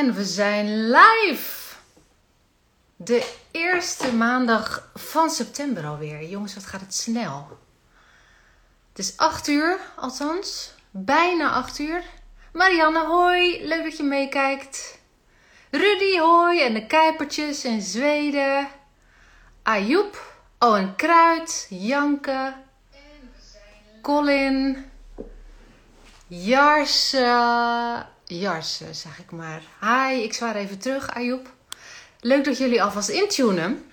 En we zijn live! De eerste maandag van september alweer. Jongens, wat gaat het snel. Het is 8 uur, althans. Bijna 8 uur. Marianne, hoi. Leuk dat je meekijkt. Rudy, hoi. En de Kuipertjes in Zweden. Ajoep. Owen Kruid. Janke. Colin. Jarse, zeg ik maar. Hi, ik zwaar even terug, Ajoep. Leuk dat jullie alvast intunen.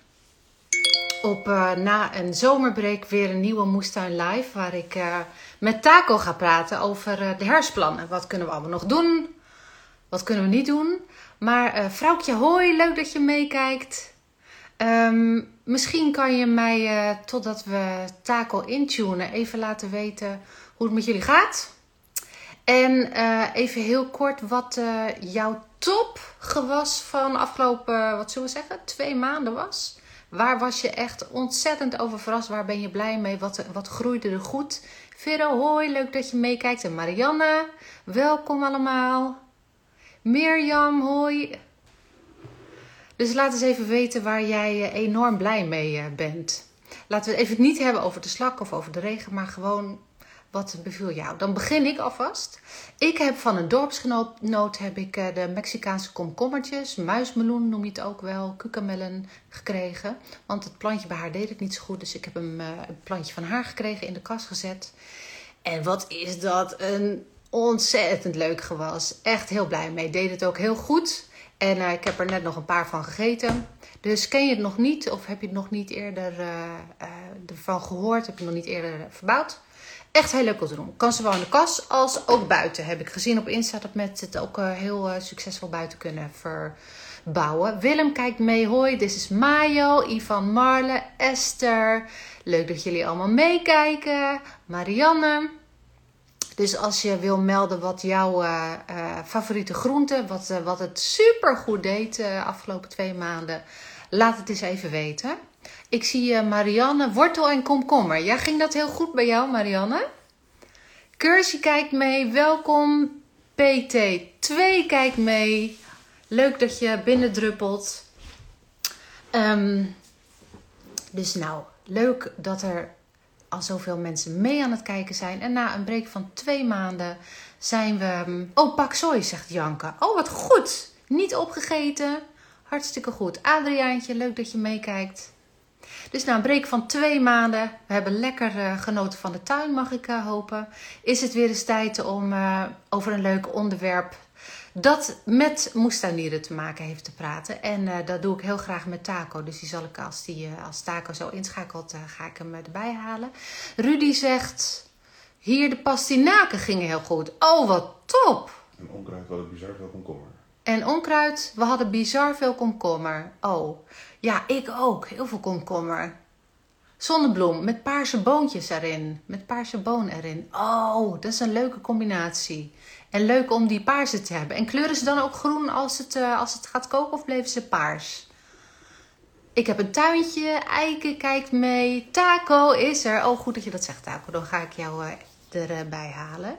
Op na een zomerbreak weer een nieuwe Moestuin Live. Waar ik met Taco ga praten over de herfstplannen. Wat kunnen we allemaal nog doen? Wat kunnen we niet doen? Maar vrouwtje, hoi, leuk dat je meekijkt. Misschien kan je mij, totdat we Taco intunen, even laten weten hoe het met jullie gaat. En even heel kort wat jouw topgewas van afgelopen, wat zullen we zeggen, 2 maanden was. Waar was je echt ontzettend over verrast? Waar ben je blij mee? Wat groeide er goed? Vero, hoi, leuk dat je meekijkt. En Marianne, welkom allemaal. Mirjam, hoi. Dus laat eens even weten waar jij enorm blij mee bent. Laten we het even niet hebben over de slak of over de regen, maar gewoon wat beviel jou. Dan begin ik alvast. Ik heb van een dorpsgenoot de Mexicaanse komkommertjes, muismeloen noem je het ook wel, cucamelon gekregen. Want het plantje bij haar deed het niet zo goed, dus ik heb een plantje van haar gekregen, in de kast gezet. En wat is dat een ontzettend leuk gewas. Echt heel blij mee. Deed het ook heel goed. En ik heb er net nog een paar van gegeten. Dus ken je het nog niet of heb je het nog niet eerder ervan gehoord? Heb je het nog niet eerder verbouwd? Echt heel leuk om te doen. Kan zowel in de kas als ook buiten. Heb ik gezien op Insta dat mensen het ook heel succesvol buiten kunnen verbouwen. Willem kijkt mee. Hoi, dit is Mayo, Ivan, Marle, Esther. Leuk dat jullie allemaal meekijken. Marianne. Dus als je wil melden wat jouw favoriete groente, wat het supergoed deed de afgelopen 2 maanden, laat het eens even weten. Ik zie Marianne, wortel en komkommer. Ja, ging dat heel goed bij jou, Marianne? Kirsje kijkt mee, welkom. PT2 kijkt mee. Leuk dat je binnendruppelt. Dus nou, leuk dat er al zoveel mensen mee aan het kijken zijn. En na een break van 2 maanden zijn we... Oh, pak soy, zegt Janke. Oh, wat goed. Niet opgegeten. Hartstikke goed. Adriaantje, leuk dat je meekijkt. Dus na een break van 2 maanden, we hebben lekker genoten van de tuin, mag ik hopen. Is het weer eens tijd om over een leuk onderwerp dat met moestuinieren te maken heeft te praten. En dat doe ik heel graag met Taco. Dus die zal ik, als Taco zo inschakelt, ga ik hem erbij halen. Rudy zegt, hier de pastinaken gingen heel goed. Oh, wat top! En onkruid hadden bizar veel komkommer. En onkruid, we hadden bizar veel komkommer. Oh, ja, ik ook. Heel veel komkommer. Zonnebloem met paarse boontjes erin. Met paarse boon erin. Oh, dat is een leuke combinatie. En leuk om die paarse te hebben. En kleuren ze dan ook groen als het gaat koken of bleven ze paars? Ik heb een tuintje. Eike kijkt mee. Taco is er. Oh, goed dat je dat zegt, Taco. Dan ga ik jou erbij halen.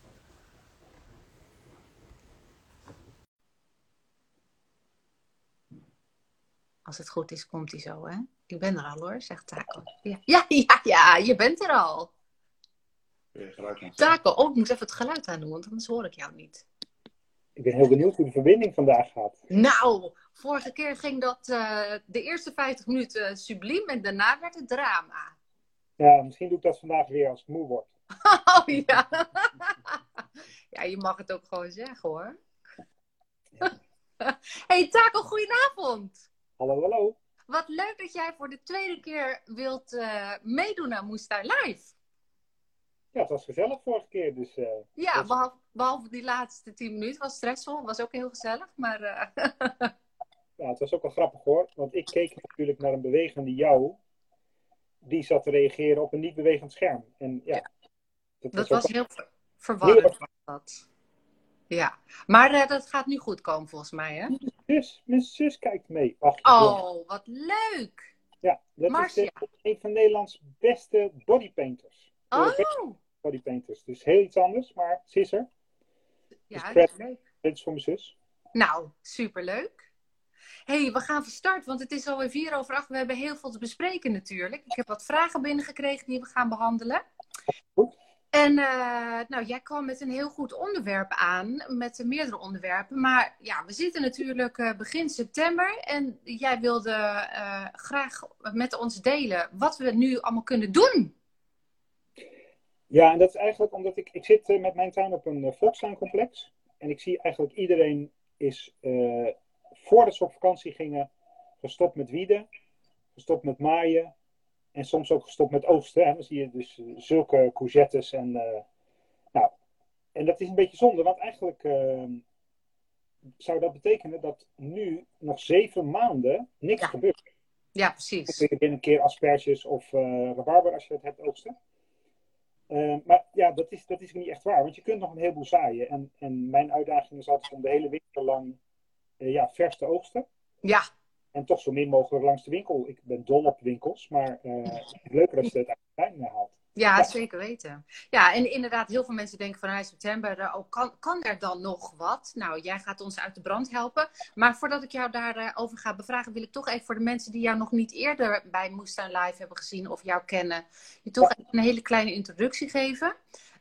Als het goed is, komt hij zo, hè? Ik ben er al, hoor, zegt Taco. Ja, je bent er al. Taco, oh, ik moet even het geluid aan doen, want anders hoor ik jou niet. Ik ben heel benieuwd hoe de verbinding vandaag gaat. Nou, vorige keer ging dat de eerste 50 minuten subliem en daarna werd het drama. Ja, misschien doe ik dat vandaag weer als ik moe word. Oh ja. Ja, je mag het ook gewoon zeggen, hoor. Ja. Hey Taco, goedenavond. Hallo. Wat leuk dat jij voor de 2e keer wilt meedoen aan Moestuin Live. Ja, het was gezellig vorige keer. Dus, ja, behalve die laatste 10 minuten was stressvol. Was ook heel gezellig, maar... Ja, het was ook wel grappig, hoor. Want ik keek natuurlijk naar een bewegende jou. Die zat te reageren op een niet bewegend scherm. En ja, dat was heel verwarrend. Ja, maar dat gaat nu goed komen volgens mij, hè? Mijn zus kijkt mee. Oh, wat leuk! Ja, dat is een van Nederlands beste bodypainters. Oh! Bodypainters. Dus heel iets anders, maar ze is er. Ja, dus dat is leuk. dit is voor mijn zus. Nou, superleuk. Hey, we gaan van start, want het is alweer 7:45. We hebben heel veel te bespreken natuurlijk. Ik heb wat vragen binnengekregen die we gaan behandelen. Goed. En nou, jij kwam met een heel goed onderwerp aan, met meerdere onderwerpen. Maar ja, we zitten natuurlijk begin september en jij wilde graag met ons delen wat we nu allemaal kunnen doen. Ja, en dat is eigenlijk omdat ik zit met mijn tuin op een volkstuincomplex. En ik zie eigenlijk iedereen is, voordat ze op vakantie gingen, gestopt met wieden, gestopt met maaien. En soms ook gestopt met oogsten. Hè. Dan zie je dus zulke courgettes. Nou, en dat is een beetje zonde, want eigenlijk zou dat betekenen dat nu nog 7 maanden niks Ja. gebeurt. Ja, precies. Binnen een keer asperges of rabarber als je het hebt oogsten. Maar ja, dat is niet echt waar, want je kunt nog een heleboel zaaien. En mijn uitdaging is altijd om de hele winter lang vers te oogsten. Ja. En toch zo min mogelijk langs de winkel. Ik ben dol op winkels, maar het is leuker als je het uit de tuin haalt. Ja, zeker weten. Ja, en inderdaad, heel veel mensen denken van september, kan er dan nog wat? Nou, jij gaat ons uit de brand helpen. Maar voordat ik jou daarover ga bevragen, wil ik toch even voor de mensen die jou nog niet eerder bij Moestuin Live hebben gezien of jou kennen, je toch even een hele kleine introductie geven.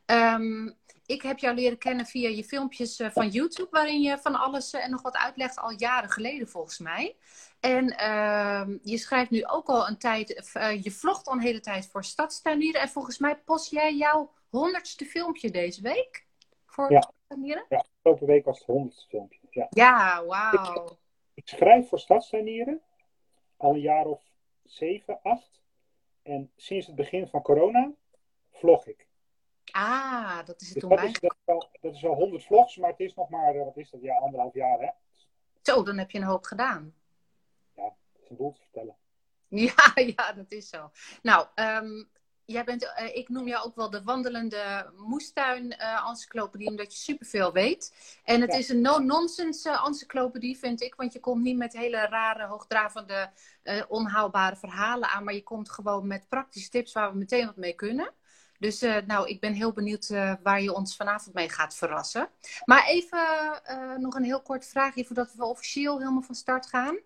Ik heb jou leren kennen via je filmpjes van YouTube, waarin je van alles en nog wat uitlegt, al jaren geleden volgens mij. En je schrijft nu ook al een tijd, je vlogt al een hele tijd voor Stadstuinieren. En volgens mij post jij jouw 100ste filmpje deze week voor Stadstuinieren? Ja, afgelopen week was het 100ste filmpje. Ja, wauw. Ik schrijf voor Stadstuinieren al een jaar of 7, 8. En sinds het begin van corona vlog ik. Ah, dat is het Dus toen bij. dat is wel 100 vlogs, maar het is nog maar, wat is dat, 1,5 jaar, hè? Zo, dan heb je een hoop gedaan. Ja, dat is een boel te vertellen. Ja, dat is zo. Nou, jij bent, ik noem jou ook wel de wandelende moestuin-encyclopedie, omdat je superveel weet. En het is een no-nonsense encyclopedie, vind ik. Want je komt niet met hele rare, hoogdravende, onhaalbare verhalen aan. Maar je komt gewoon met praktische tips waar we meteen wat mee kunnen. Dus nou, ik ben heel benieuwd waar je ons vanavond mee gaat verrassen. Maar even nog een heel kort vraagje voordat we officieel helemaal van start gaan.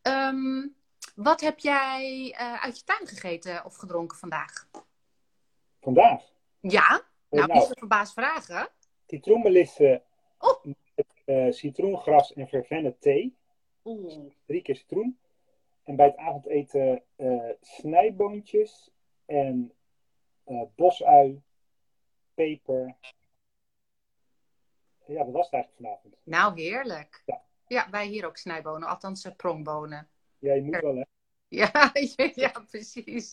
Wat heb jij uit je tuin gegeten of gedronken vandaag? Vandaag? Ja? Nou, niet zo verbaasd vragen. Citroenmelissen, citroengras en vervenne thee. 3 keer citroen. En bij het avondeten snijboontjes en bosui, peper. Ja, dat was het eigenlijk vanavond. Nou, heerlijk. Ja, wij hier ook snijbonen, althans prongbonen. Ja, je moet wel, hè? Ja, precies.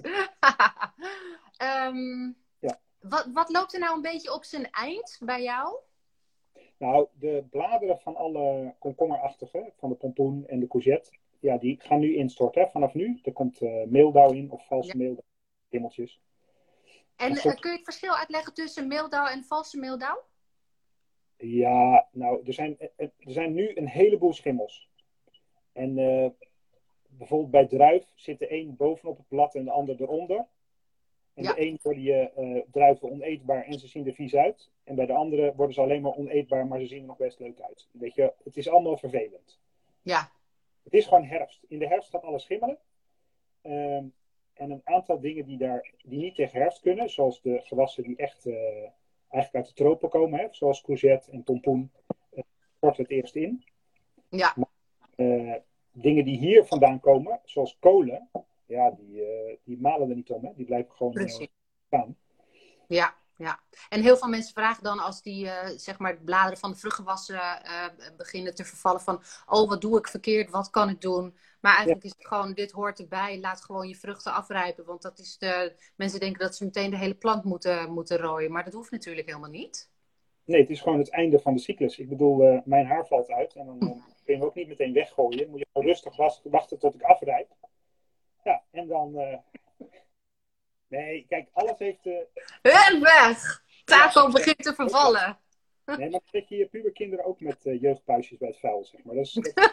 Wat loopt er nou een beetje op zijn eind bij jou? Nou, de bladeren van alle komkommerachtige, van de pompoen en de courgette, ja, die gaan nu instorten. Hè? Vanaf nu. Er komt meeldauw in, of valse meeldauw, schimmeltjes. En kun je het verschil uitleggen tussen meeldauw en valse meeldauw? Ja, nou, er zijn nu een heleboel schimmels. En bijvoorbeeld bij druif zit de een bovenop het blad en de ander eronder. En de een worden je druiven oneetbaar en ze zien er vies uit. En bij de andere worden ze alleen maar oneetbaar, maar ze zien er nog best leuk uit. Weet je, het is allemaal vervelend. Ja. Het is gewoon herfst. In de herfst gaat alles schimmelen. En een aantal dingen die niet tegen herfst kunnen, zoals de gewassen die echt eigenlijk uit de tropen komen, hè, zoals courgette en pompoen, storten het eerst in. Ja. Maar, dingen die hier vandaan komen, zoals kolen, ja, die malen er niet om, hè. Die blijven gewoon staan. Ja. En heel veel mensen vragen dan als die zeg maar de bladeren van de vruchtgewassen beginnen te vervallen van, oh, wat doe ik verkeerd, wat kan ik doen? Maar eigenlijk is het gewoon, dit hoort erbij, laat gewoon je vruchten afrijpen, want dat is mensen denken dat ze meteen de hele plant moeten rooien, maar dat hoeft natuurlijk helemaal niet. Nee, het is gewoon het einde van de cyclus. Ik bedoel, mijn haar valt uit en dan kun je hem ook niet meteen weggooien. Moet je gewoon rustig wachten tot ik afrijp. Ja, en dan... Nee, kijk, alles heeft... Weg! Taco begint te vervallen. Nee, maar dan trek je puberkinderen ook met jeugdpuisjes bij het vuil, zeg maar.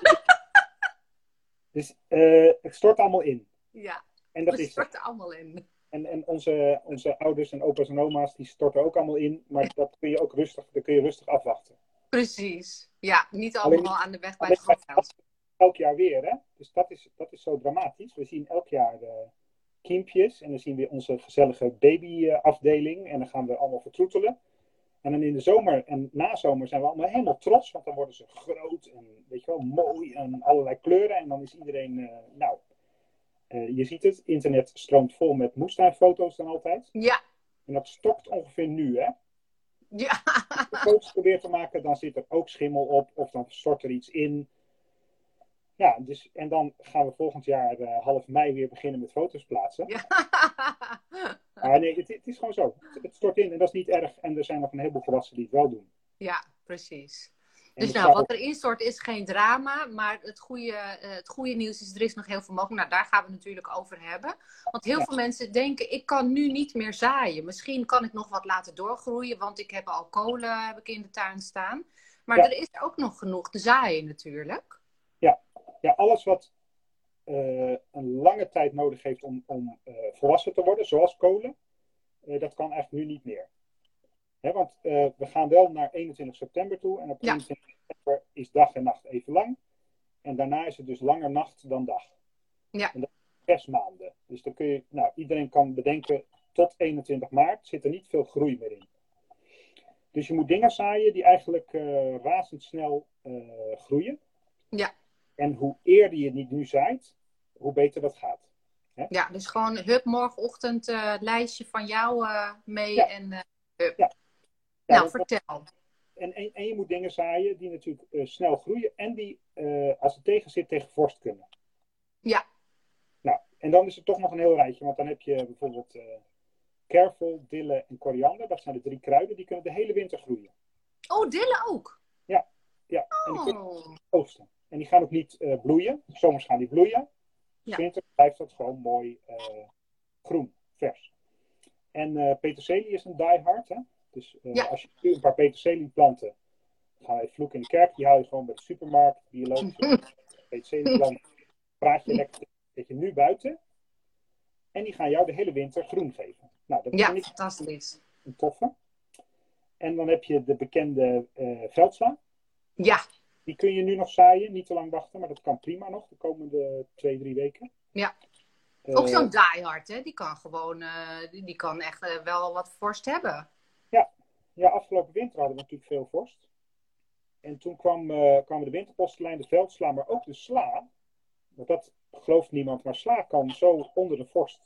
Dus het stort allemaal in. Ja, en dat het is stort allemaal in. En onze ouders en opa's en oma's, die storten ook allemaal in. Maar daar kun je rustig afwachten. Precies. Ja, niet Alleen, allemaal aan de weg bij alleen het grondhuis. elk jaar weer, hè? Dus dat is zo dramatisch. We zien elk jaar kiempjes en dan zien we onze gezellige babyafdeling en dan gaan we allemaal vertroetelen. En dan in de zomer en nazomer zijn we allemaal helemaal trots, want dan worden ze groot en weet je wel, mooi en allerlei kleuren. En dan is iedereen, je ziet het, internet stroomt vol met moestuinfoto's dan altijd. Ja, En dat stokt ongeveer nu, hè. ja. Als je foto's probeert te maken, dan zit er ook schimmel op of dan stort er iets in. Ja, dus, en dan gaan we volgend jaar half mei weer beginnen met foto's plaatsen. Ja. Maar nee, het is gewoon zo. Het stort in en dat is niet erg. En er zijn nog een heleboel gewassen die het wel doen. Ja, precies. En Dus ik nou, zou wat er instort is geen drama, maar het goede nieuws is, er is nog heel veel mogelijk. Nou, daar gaan we het natuurlijk over hebben. Want heel Ja. veel mensen denken, ik kan nu niet meer zaaien. Misschien kan ik nog wat laten doorgroeien, want ik heb al kolen heb ik in de tuin staan. Maar Ja. er is ook nog genoeg te zaaien natuurlijk. Ja, alles wat een lange tijd nodig heeft om volwassen te worden, zoals kolen, dat kan eigenlijk nu niet meer. Hè, want we gaan wel naar 21 september toe en op Ja. 21 september is dag en nacht even lang. En daarna is het dus langer nacht dan dag. Ja. En dat is 6 maanden. Dus dan kun je, iedereen kan bedenken, tot 21 maart zit er niet veel groei meer in. Dus je moet dingen zaaien die eigenlijk razendsnel groeien. Ja. En hoe eerder je die nu zaait, hoe beter dat gaat. Ja, dus gewoon hup, morgenochtend lijstje van jou mee Ja. en Ja. nou, dat- vertel. En je moet dingen zaaien die natuurlijk snel groeien en die, als het tegen zit, tegen vorst kunnen. Ja. Nou, en dan is er toch nog een heel rijtje, want dan heb je bijvoorbeeld kervel, dille en koriander. Dat zijn de 3 kruiden, die kunnen de hele winter groeien. Oh, dille ook. Ja, en die kunnen Oh. oogsten. En die gaan ook niet bloeien. Zomers gaan die bloeien. Ja. Winter blijft dat gewoon mooi groen, vers. En peterselie is een diehard, hè. Dus Ja. als je nu een paar peterselieplanten, gaan we even vloeken in de kerk, die haal je gewoon bij de supermarkt, biologische peterselieplanten, praat je lekker, zet je nu buiten. En die gaan jou de hele winter groen geven. Nou, dat is Ja, niet fantastisch. een toffe. En dan heb je de bekende veldsla. Ja. Die kun je nu nog zaaien, niet te lang wachten, maar dat kan prima nog de komende 2-3 weken. Ja. Eh, Ook zo'n diehard, hè? Die kan gewoon, die kan echt wel wat vorst hebben. Ja, afgelopen winter hadden we natuurlijk veel vorst. En toen kwamen de winterpostelijn, de veldsla, maar ook de sla. Want dat gelooft niemand, maar sla kan zo onder de vorst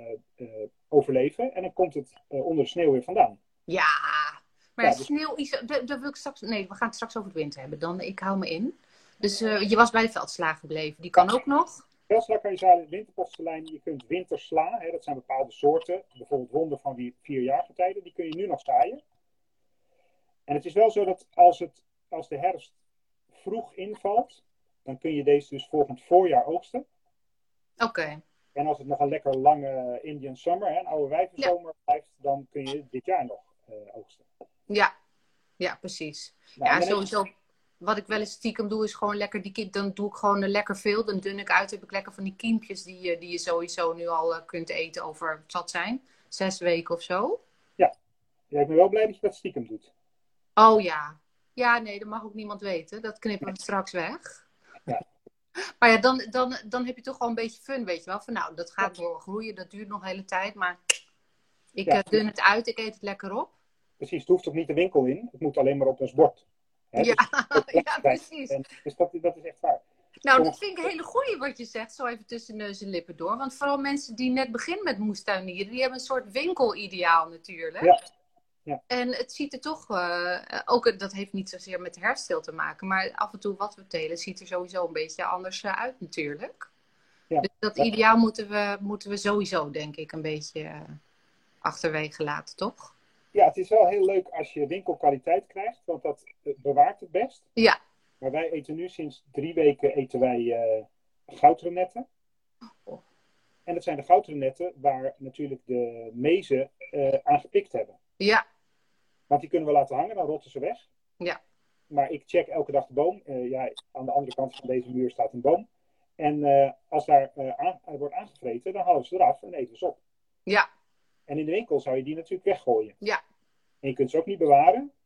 overleven. En dan komt het onder de sneeuw weer vandaan. Ja. Maar Ja, ja, dus- sneeuw is... Daar wil ik straks... Nee, we gaan het straks over het winter hebben. Ik hou me in. Dus je was bij de veldsla gebleven. Die kan ook nog. Veldsla kan je zaaien, winterpostelijn. Je kunt wintersla, hè, dat zijn bepaalde soorten. Bijvoorbeeld wonder van die 4-jaargetijden. Die kun je nu nog zaaien. En het is wel zo dat als de herfst vroeg invalt, dan kun je deze dus volgend voorjaar oogsten. Oké. En als het nog een lekker lange Indian summer, hè, een oude wijvenzomer blijft, dan kun je dit jaar nog oogsten. Ja. Ja, precies. Nou, Ja, en dan heb sowieso. Wat ik wel eens stiekem doe, is gewoon lekker dan doe ik gewoon lekker veel. Dan dun ik uit, heb ik lekker van die kiempjes die je sowieso nu al kunt eten over, wat zal het zijn, 6 weken of zo. ik ben wel blij dat je dat stiekem doet. Oh ja. Ja, nee, dat mag ook niemand weten. Dat knippen we straks weg. Ja. Maar ja, dan heb je toch wel een beetje fun, weet je wel. Van nou, dat gaat wel groeien, dat duurt nog een hele tijd. Maar ik Ja. dun het uit, ik eet het lekker op. Precies, het hoeft ook niet de winkel in. Het moet alleen maar op ons bord. Hè, Ja, dus ja, precies. En, dus dat is echt waar. Nou, dat vind ik een hele goeie wat je zegt, zo even tussen neus en lippen door. Want vooral mensen die net beginnen met moestuinieren, die hebben een soort winkelideaal natuurlijk. Ja. Ja. En het ziet er toch, ook dat heeft niet zozeer met de herfststeel te maken, maar af en toe wat we telen ziet er sowieso een beetje anders uit natuurlijk. Ja. Dus dat Ja. ideaal moeten we sowieso, denk ik, een beetje achterwege laten, toch? Ja, het is wel heel leuk als je winkelkwaliteit krijgt, want dat bewaart het best. Ja. Maar wij eten nu sinds 3 weken eten wij goudrenetten. Oh. En dat zijn de goudrenetten waar natuurlijk de mezen aan gepikt hebben. Ja. Want die kunnen we laten hangen, dan rotten ze weg. Ja. Maar ik check elke dag de boom. Aan de andere kant van deze muur staat een boom. En als daar wordt aangevreten, dan halen we ze eraf en eten we ze op. Ja. En in de winkel zou je die natuurlijk weggooien. Ja. En je kunt ze ook niet bewaren.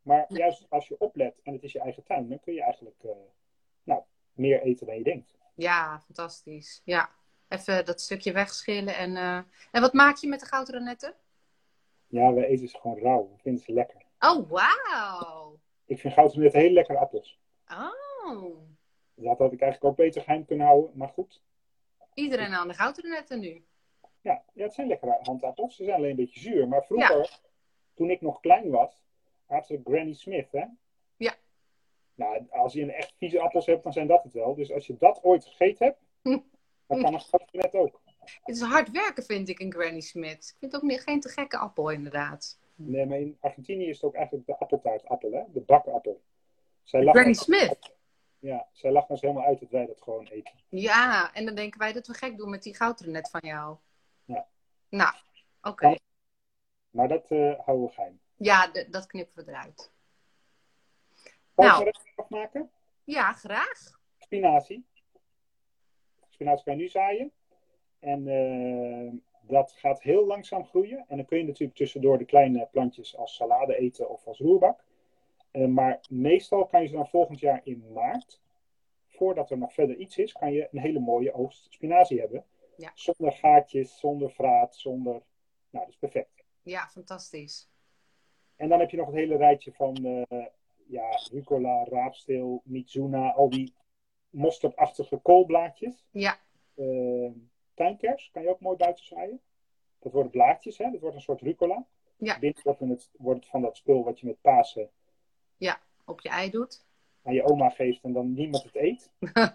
Maar juist als je oplet en het is je eigen tuin, dan kun je eigenlijk meer eten dan je denkt. Ja, fantastisch. Ja, even dat stukje wegschillen. En wat maak je met de goudrenetten? Ja, we eten ze gewoon rauw. We vinden ze lekker. Oh, wauw. Ik vind goudrenetten hele lekkere appels. Oh, Dat had ik eigenlijk ook beter geheim kunnen houden, maar goed. iedereen aan de goudrenetten nu. Ja, het zijn lekkere handappels. Ze zijn alleen een beetje zuur. Maar Ja. vroeger, toen ik nog klein was, had ze Granny Smith, hè? Ja. Nou, als je een echt vieze appels hebt, dan zijn dat het wel. Dus als je dat ooit gegeten hebt, dan kan een goudrenet ook. Het is hard werken, vind ik, in Granny Smith. Ik vind het ook geen te gekke appel, inderdaad. Nee, maar in Argentinië is het ook eigenlijk de appeltaartappel, hè? De bakappel. Granny Smith? Ja, zij lacht ons helemaal uit dat wij dat gewoon eten. Ja, en dan denken wij dat we gek doen met die goudrenet van jou. Ja. Nou, oké. Maar dat houden we geheim. Ja, dat knippen we eruit. Kan Nou. je het afmaken? Ja, graag. Spinazie. Spinazie kan je nu zaaien. En dat gaat heel langzaam groeien. En dan kun je natuurlijk tussendoor de kleine plantjes als salade eten of als roerbak. Maar meestal kan je ze dan volgend jaar in maart, voordat er nog verder iets is, kan je een hele mooie oogst spinazie hebben. Ja. Zonder gaatjes, zonder vraat, zonder... Nou, dat is perfect. Ja, fantastisch. En dan heb je nog het hele rijtje van rucola, raapsteel, mizuna, al die mosterdachtige koolblaadjes. Ja. Tuinkers kan je ook mooi buiten zaaien. Dat worden blaadjes, hè? Dat wordt een soort rucola. Ja. Binnen wordt het van dat spul wat je met Pasen op je ei doet. aan je oma geeft en dan niemand het eet.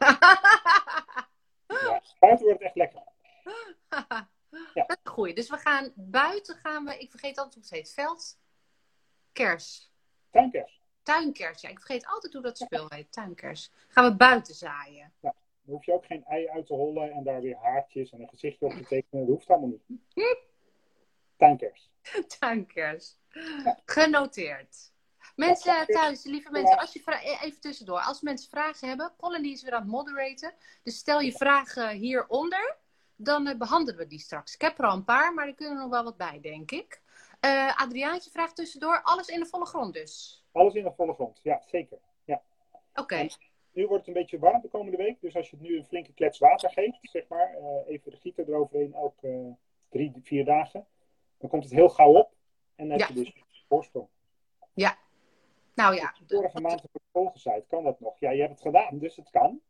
Ja, buiten wordt het echt lekker. Ja. Dat is een goeie. Dus we gaan buiten ik vergeet altijd hoe het heet. Veldkers. Tuinkers, ja. Ik vergeet altijd hoe dat spul heet. Tuinkers. Gaan we buiten zaaien. Ja. Dan hoef je ook geen ei uit te hollen en daar weer haartjes en een gezichtje op te tekenen. Dat hoeft allemaal niet. Tuinkers. Tuinkers. Ja. Genoteerd. Mensen thuis, lieve mensen, als je even tussendoor. Als mensen vragen hebben, Colin die is weer aan het moderaten. Dus stel je vragen hieronder. Dan behandelen we die straks. Ik heb er al een paar, maar er kunnen er nog wel wat bij, denk ik. Adriaantje vraagt tussendoor. Alles in de volle grond dus? Alles in de volle grond, ja, zeker. Ja. Oké. Nu wordt het een beetje warm de komende week. Dus als je het nu een flinke klets water geeft, zeg maar. Even de gieter eroverheen elke 3-4 dagen. Dan komt het heel gauw op. En dan heb je dus voorsprong. Ja. Nou ja. Vorige maand heb ik volgezaaid. Kan dat nog? Ja, je hebt het gedaan, dus het kan.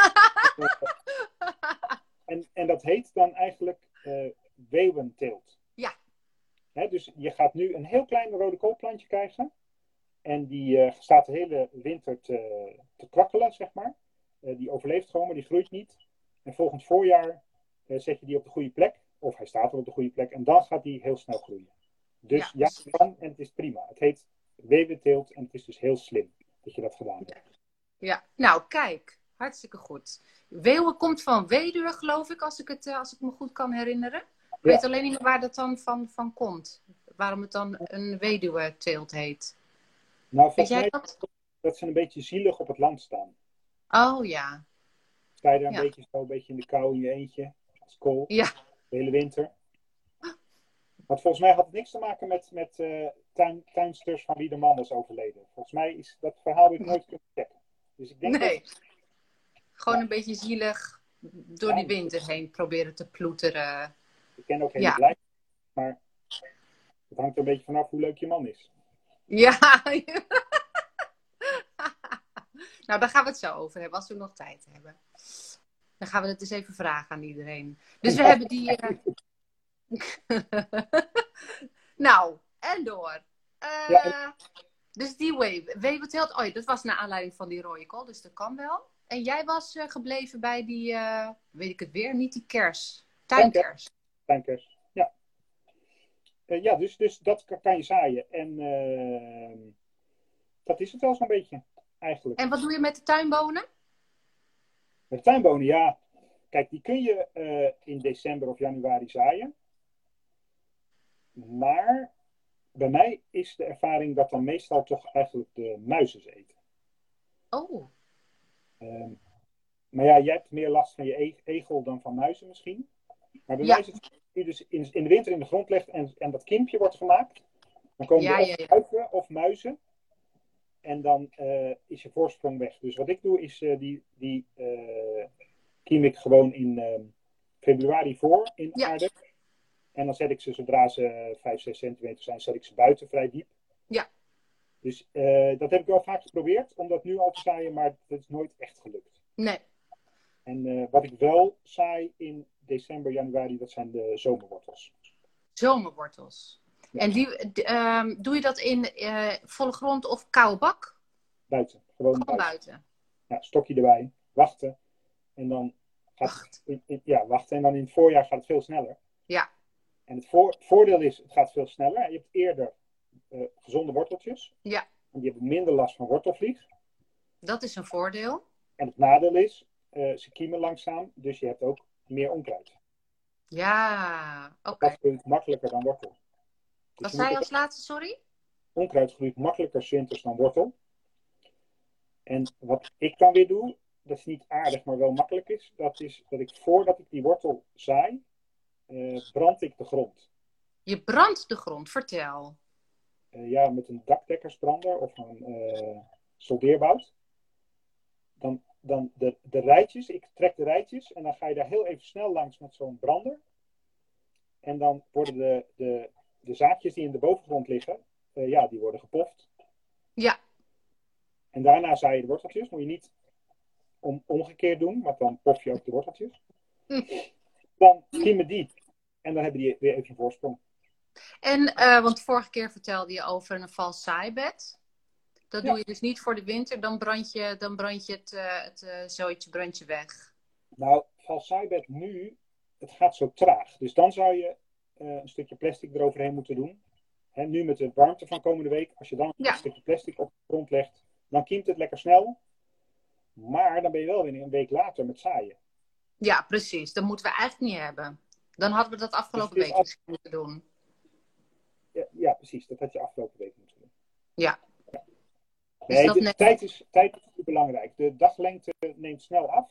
En dat heet dan eigenlijk weeuwenteelt. Ja. Hè, dus je gaat nu een heel klein rode koolplantje krijgen. En die staat de hele winter te kwakkelen, zeg maar. Die overleeft gewoon, maar die groeit niet. En volgend voorjaar zet je die op de goede plek. Of hij staat er op de goede plek. En dan gaat die heel snel groeien. Dus ja, het kan en het is prima. Het heet weeuwenteelt en het is dus heel slim dat je dat gedaan hebt. Ja, nou kijk. Hartstikke goed. Weeuwen komt van weduwe, geloof ik, als ik me goed kan herinneren. Ik weet alleen niet meer waar dat dan van komt. Waarom het dan een weduwe-teelt heet. Nou, volgens mij dat ze een beetje zielig op het land staan. Oh ja. Sta je daar een beetje in de kou in je eentje, als kool, ja. De hele winter. Want volgens mij had het niks te maken met tuinsters van wie de man was overleden. Volgens mij is dat verhaal heb ik nooit kunnen checken. Dus ik denk gewoon een beetje zielig door die winter heen proberen te ploeteren. Ik ken ook hele blij, maar het hangt er een beetje vanaf hoe leuk je man is. Ja. Nou, daar gaan we het zo over hebben, als we nog tijd hebben. Dan gaan we het eens even vragen aan iedereen. Dus we hebben die... Nou, en door. Dus die weeuwenteelt. Oh ja, dat was naar aanleiding van die rode kool, dus dat kan wel. En jij was gebleven bij die, weet ik het weer, niet die kers. Tuinkers. Tuinkers, ja. Ja, dus dat kan je zaaien. En dat is het wel zo'n beetje, eigenlijk. En wat doe je met de tuinbonen? Met de tuinbonen, ja. Kijk, die kun je in december of januari zaaien. Maar bij mij is de ervaring dat dan meestal toch eigenlijk de muizen ze eten. Oh. Maar ja, jij hebt meer last van je egel dan van muizen misschien. Maar bij mij is het, als je dus in de winter in de grond legt en dat kiempje wordt gemaakt, dan komen er of duiven of muizen. En dan is je voorsprong weg. Dus wat ik doe is die kiem ik gewoon in februari voor in Ja. aarde. En dan zet ik ze, zodra ze 5, 6 centimeter zijn, zet ik ze buiten vrij diep. Ja. Dus dat heb ik wel vaak geprobeerd om dat nu al te zaaien, maar dat is nooit echt gelukt. Nee. En wat ik wel zaai in december, januari, dat zijn de zomerwortels. Zomerwortels. Ja. En doe je dat in volle grond of koude bak? Buiten, gewoon Gewoon buiten. buiten. Ja, stokje erbij, wachten. En dan wachten. En dan in het voorjaar gaat het veel sneller. Ja. En het voordeel is, het gaat veel sneller. Je hebt eerder gezonde worteltjes. Ja. En die hebben minder last van wortelvlieg. Dat is een voordeel. En het nadeel is, ze kiemen langzaam, dus je hebt ook meer onkruid. Ja, oké. Dat groeit makkelijker dan wortel. Dus Wat je zei je moet als laatste, sorry? onkruid groeit makkelijker 's winters dan wortel. En wat ik dan weer doe, dat is niet aardig, maar wel makkelijk is, dat is dat ik voordat ik die wortel zaai, brand ik de grond. Je brandt de grond, vertel. Met een dakdekkersbrander of een soldeerbout. Dan de rijtjes, ik trek de rijtjes en dan ga je daar heel even snel langs met zo'n brander. En dan worden de zaadjes die in de bovengrond liggen, die worden gepoft. Ja. En daarna zaai je de worteltjes. Moet je niet omgekeerd doen, want dan pof je ook de worteltjes. Dan kiemen die. En dan hebben die weer even een voorsprong. En, want vorige keer vertelde je over een vals zaaibed. Dat doe je dus niet voor de winter. Dan brand je het zooitje brand je weg. Nou, vals zaaibed nu, het gaat zo traag. Dus dan zou je een stukje plastic eroverheen moeten doen. Hè, nu met de warmte van komende week, als je dan een stukje plastic op de grond legt, dan kiemt het lekker snel. Maar dan ben je wel weer een week later met zaaien. Ja, precies. Dat moeten we eigenlijk niet hebben. Dan hadden we dat afgelopen week misschien moeten doen. Ja, precies. Dat had je afgelopen week moeten doen. Ja. Nee, dus tijd is belangrijk. De daglengte neemt snel af.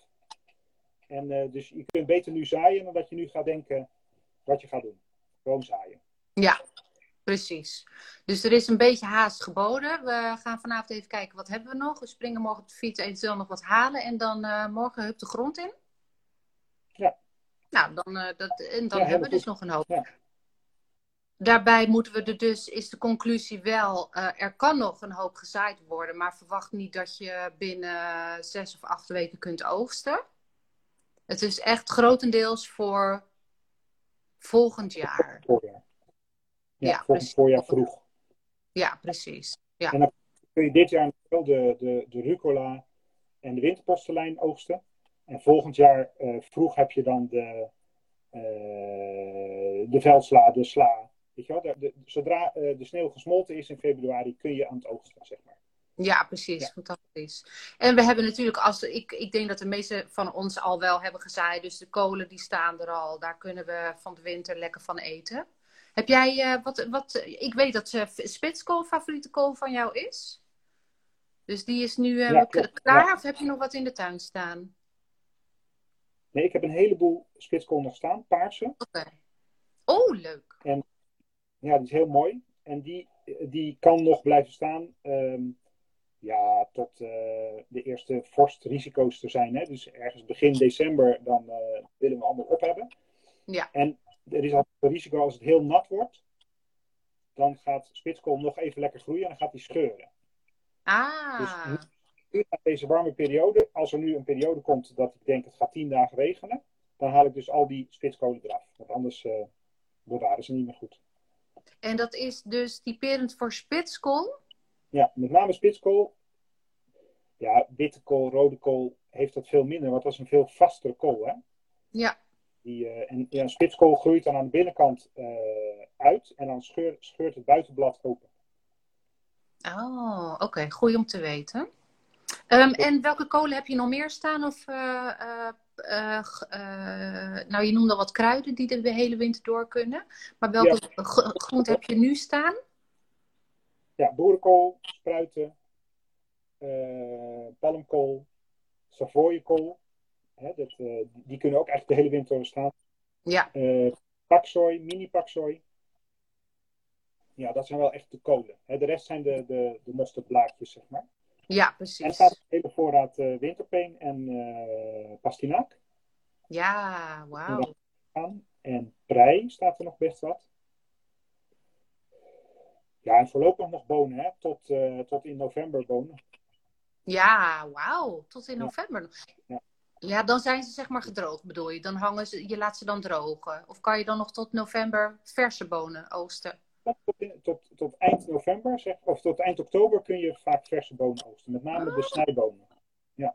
En dus je kunt beter nu zaaien dan dat je nu gaat denken wat je gaat doen. Gewoon zaaien. Ja, precies. Dus er is een beetje haast geboden. We gaan vanavond even kijken wat hebben we nog. We springen morgen op de fiets, eventueel nog wat halen. En dan morgen hup de grond in. Ja. Nou, dan hebben we dus nog een hoop. Ja. Daarbij is de conclusie wel, er kan nog een hoop gezaaid worden. Maar verwacht niet dat je binnen 6 of 8 weken kunt oogsten. Het is echt grotendeels voor volgend jaar. Voorjaar. Ja, volgend voorjaar vroeg. Ja, precies. Ja. En dan kun je dit jaar wel de rucola en de winterpostelijn oogsten. En volgend jaar vroeg heb je dan de veldsla, de sla. Weet je wel? Zodra de sneeuw gesmolten is in februari, kun je aan het oogsten, zeg maar. Ja, precies. Ja. Fantastisch. En we hebben natuurlijk, ik denk dat de meeste van ons al wel hebben gezaaid. Dus de kolen die staan er al. Daar kunnen we van de winter lekker van eten. Heb jij, ik weet dat spitskool favoriete kool van jou is. Dus die is nu klaar. Ja. Of heb je nog wat in de tuin staan? Nee, ik heb een heleboel spitskool nog staan. Paarse. Oké. Oh, leuk. En ja, die is heel mooi. En die kan nog blijven staan. Tot de eerste vorstrisico's er zijn. Hè? Dus ergens begin december, dan willen we allemaal op hebben. Ja. En er is altijd een risico als het heel nat wordt. Dan gaat spitskool nog even lekker groeien en dan gaat die scheuren. Ah. Dus nu deze warme periode, als er nu een periode komt dat ik denk het gaat 10 dagen regenen, dan haal ik dus al die spitskolen eraf. Want anders bewaren ze niet meer goed. En dat is dus typerend voor spitskool? Ja, met name spitskool. Ja, witte kool, rode kool heeft dat veel minder, want dat is een veel vastere kool. Hè? Ja. Spitskool groeit dan aan de binnenkant uit en dan scheurt het buitenblad open. Oh, oké. Goed om te weten. En welke kolen heb je nog meer staan? Of, je noemde al wat kruiden die de hele winter door kunnen. Maar welke groente heb je nu staan? Ja, boerenkool, spruiten, palmkool, savoyekool. Die kunnen ook eigenlijk de hele winter staan. Ja. Paksoi, mini paksoi. Ja, dat zijn wel echt de kolen. Hè? De rest zijn de mosterdblaadjes, zeg maar. Ja, En er precies. staat een hele voorraad winterpeen en pastinaak. Ja, En dan wauw. aan. En prei staat er nog best wat. Ja, en voorlopig nog bonen, hè? Tot in november bonen. Ja, wauw. Tot in Ja, november. ja. Ja, dan zijn ze zeg maar gedroogd, bedoel je? Dan hangen ze, je laat ze dan drogen. Of kan je dan nog tot november verse bonen oogsten? Tot eind november, of tot eind oktober kun je vaak verse bonen oogsten. Met name de snijbonen. Ja,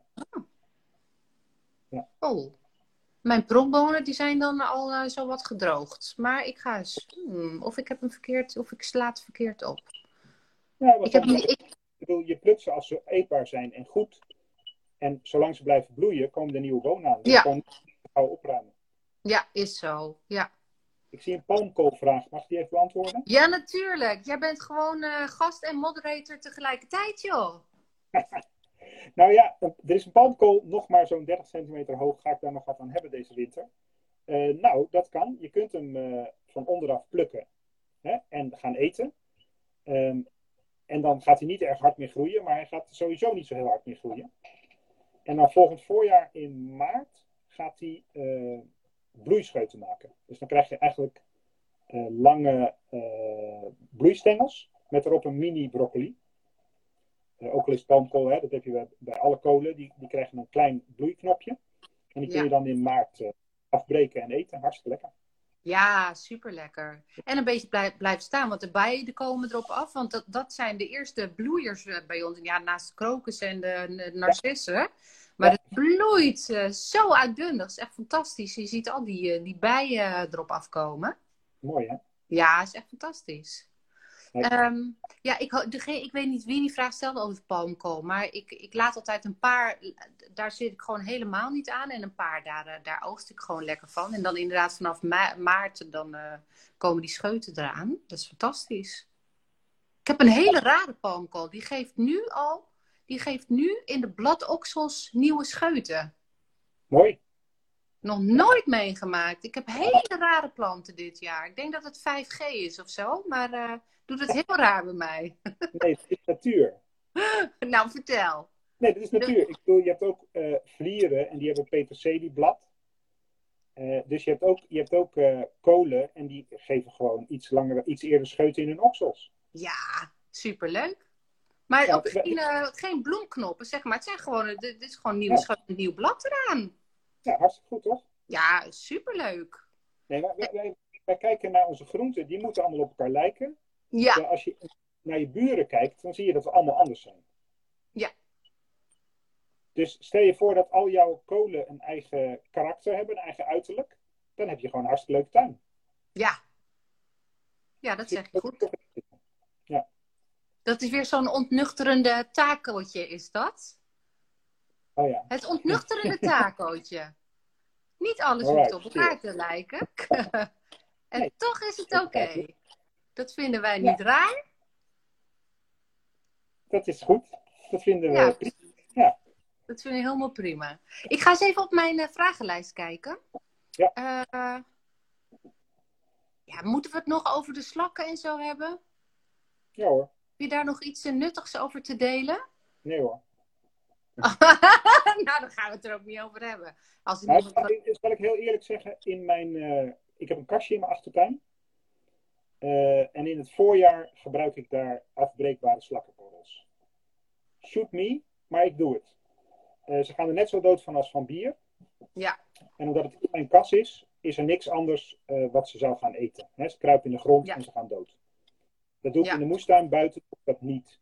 ja. Oh, mijn pronkbonen die zijn dan al zo wat gedroogd. Maar ik ga eens, of ik heb hem verkeerd, of ik sla het verkeerd op. Ja, Ik heb want niet, ik bedoel, je plukt ze als ze eetbaar zijn en goed. En zolang ze blijven bloeien, komen er nieuwe bonen aan. Dus ja, gewoon gauw opruimen. ja, is zo. Ja. Ik zie een palmkoolvraag. Mag ik die even beantwoorden? Ja, natuurlijk. Jij bent gewoon gast en moderator tegelijkertijd, joh. Nou ja, er is een palmkool nog maar zo'n 30 centimeter hoog. Ga ik daar nog wat aan hebben deze winter? Nou, dat kan. Je kunt hem van onderaf plukken, hè, en gaan eten. En dan gaat hij niet erg hard meer groeien, maar hij gaat sowieso niet zo heel hard meer groeien. En dan volgend voorjaar in maart gaat hij bloeischeuten maken. Dus dan krijg je eigenlijk lange bloeistengels met erop een mini broccoli. Ook al is het palmkool, hè, dat heb je bij alle kolen, die krijgen een klein bloeiknopje. En die kun je Ja. dan in maart afbreken en eten. Hartstikke lekker. Ja, super lekker. En een beetje blijven staan, want de bijen komen erop af. Want dat zijn de eerste bloeiers bij ons. Ja, naast de krokus en de narcissen. Maar Ja. het bloeit zo uitbundig. Het is echt fantastisch. Je ziet al die bijen erop afkomen. Mooi, hè? Ja, het is echt fantastisch. Nee. Ja, ik weet niet wie die vraag stelde over palmkool. Maar ik laat altijd een paar, daar zit ik gewoon helemaal niet aan. En een paar, daar oogst ik gewoon lekker van. En dan inderdaad vanaf maart, dan komen die scheuten eraan. Dat is fantastisch. Ik heb een hele rare palmkool. Die geeft nu in de bladoksels nieuwe scheuten. Mooi. Nog nooit meegemaakt. Ik heb hele rare planten dit jaar. Ik denk dat het 5G is of zo. Maar doet het heel raar bij mij. Nee, het is natuur. Nou, vertel. Nee, dat is natuur. Ik bedoel, je hebt ook vlieren en die hebben peterselieblad. Dus je hebt ook kolen en die geven gewoon iets eerder scheuten in hun oksels. Ja, superleuk. Maar Ja, ook geen bloemknoppen, zeg maar. Het zijn gewoon, dit is gewoon nieuwe scheut, een nieuw blad eraan. ja, hartstikke goed, toch? Ja, superleuk. Nee, maar wij kijken naar onze groenten. Die moeten allemaal op elkaar lijken. Ja, Terwijl als je naar je buren kijkt, dan zie je dat we allemaal anders zijn. ja, Dus stel je voor dat al jouw kolen een eigen karakter hebben, een eigen uiterlijk. Dan heb je gewoon een hartstikke leuke tuin. ja. Ja, dat zeg je goed. Ja. Dat is weer zo'n ontnuchterende tacootje, is dat? Oh ja. Het ontnuchterende tacootje. Niet alles Alright, hoeft op elkaar te lijken. En Nee. toch is het oké. Dat vinden wij Ja. niet raar. Dat is goed. Dat vinden we. Ja, Ja. dat vind ik helemaal prima. Ik ga eens even op mijn vragenlijst kijken. Ja. Ja, moeten we het nog over de slakken en zo hebben? Ja hoor. Heb je daar nog iets nuttigs over te delen? Nee hoor. Nou, dan gaan we het er ook niet over hebben. Als ik Nou, nog... zal ik heel eerlijk zeggen, ik heb een kastje in mijn achtertuin. En in het voorjaar gebruik ik daar afbreekbare slakkenkorrels. Shoot me, maar ik doe het. Ze gaan er net zo dood van als van bier. Ja, En omdat het in mijn kas is er niks anders wat ze zou gaan eten. Hè, ze kruipen in de grond Ja. en ze gaan dood. Dat doe ik Ja. in de moestuin, buiten doe ik dat niet.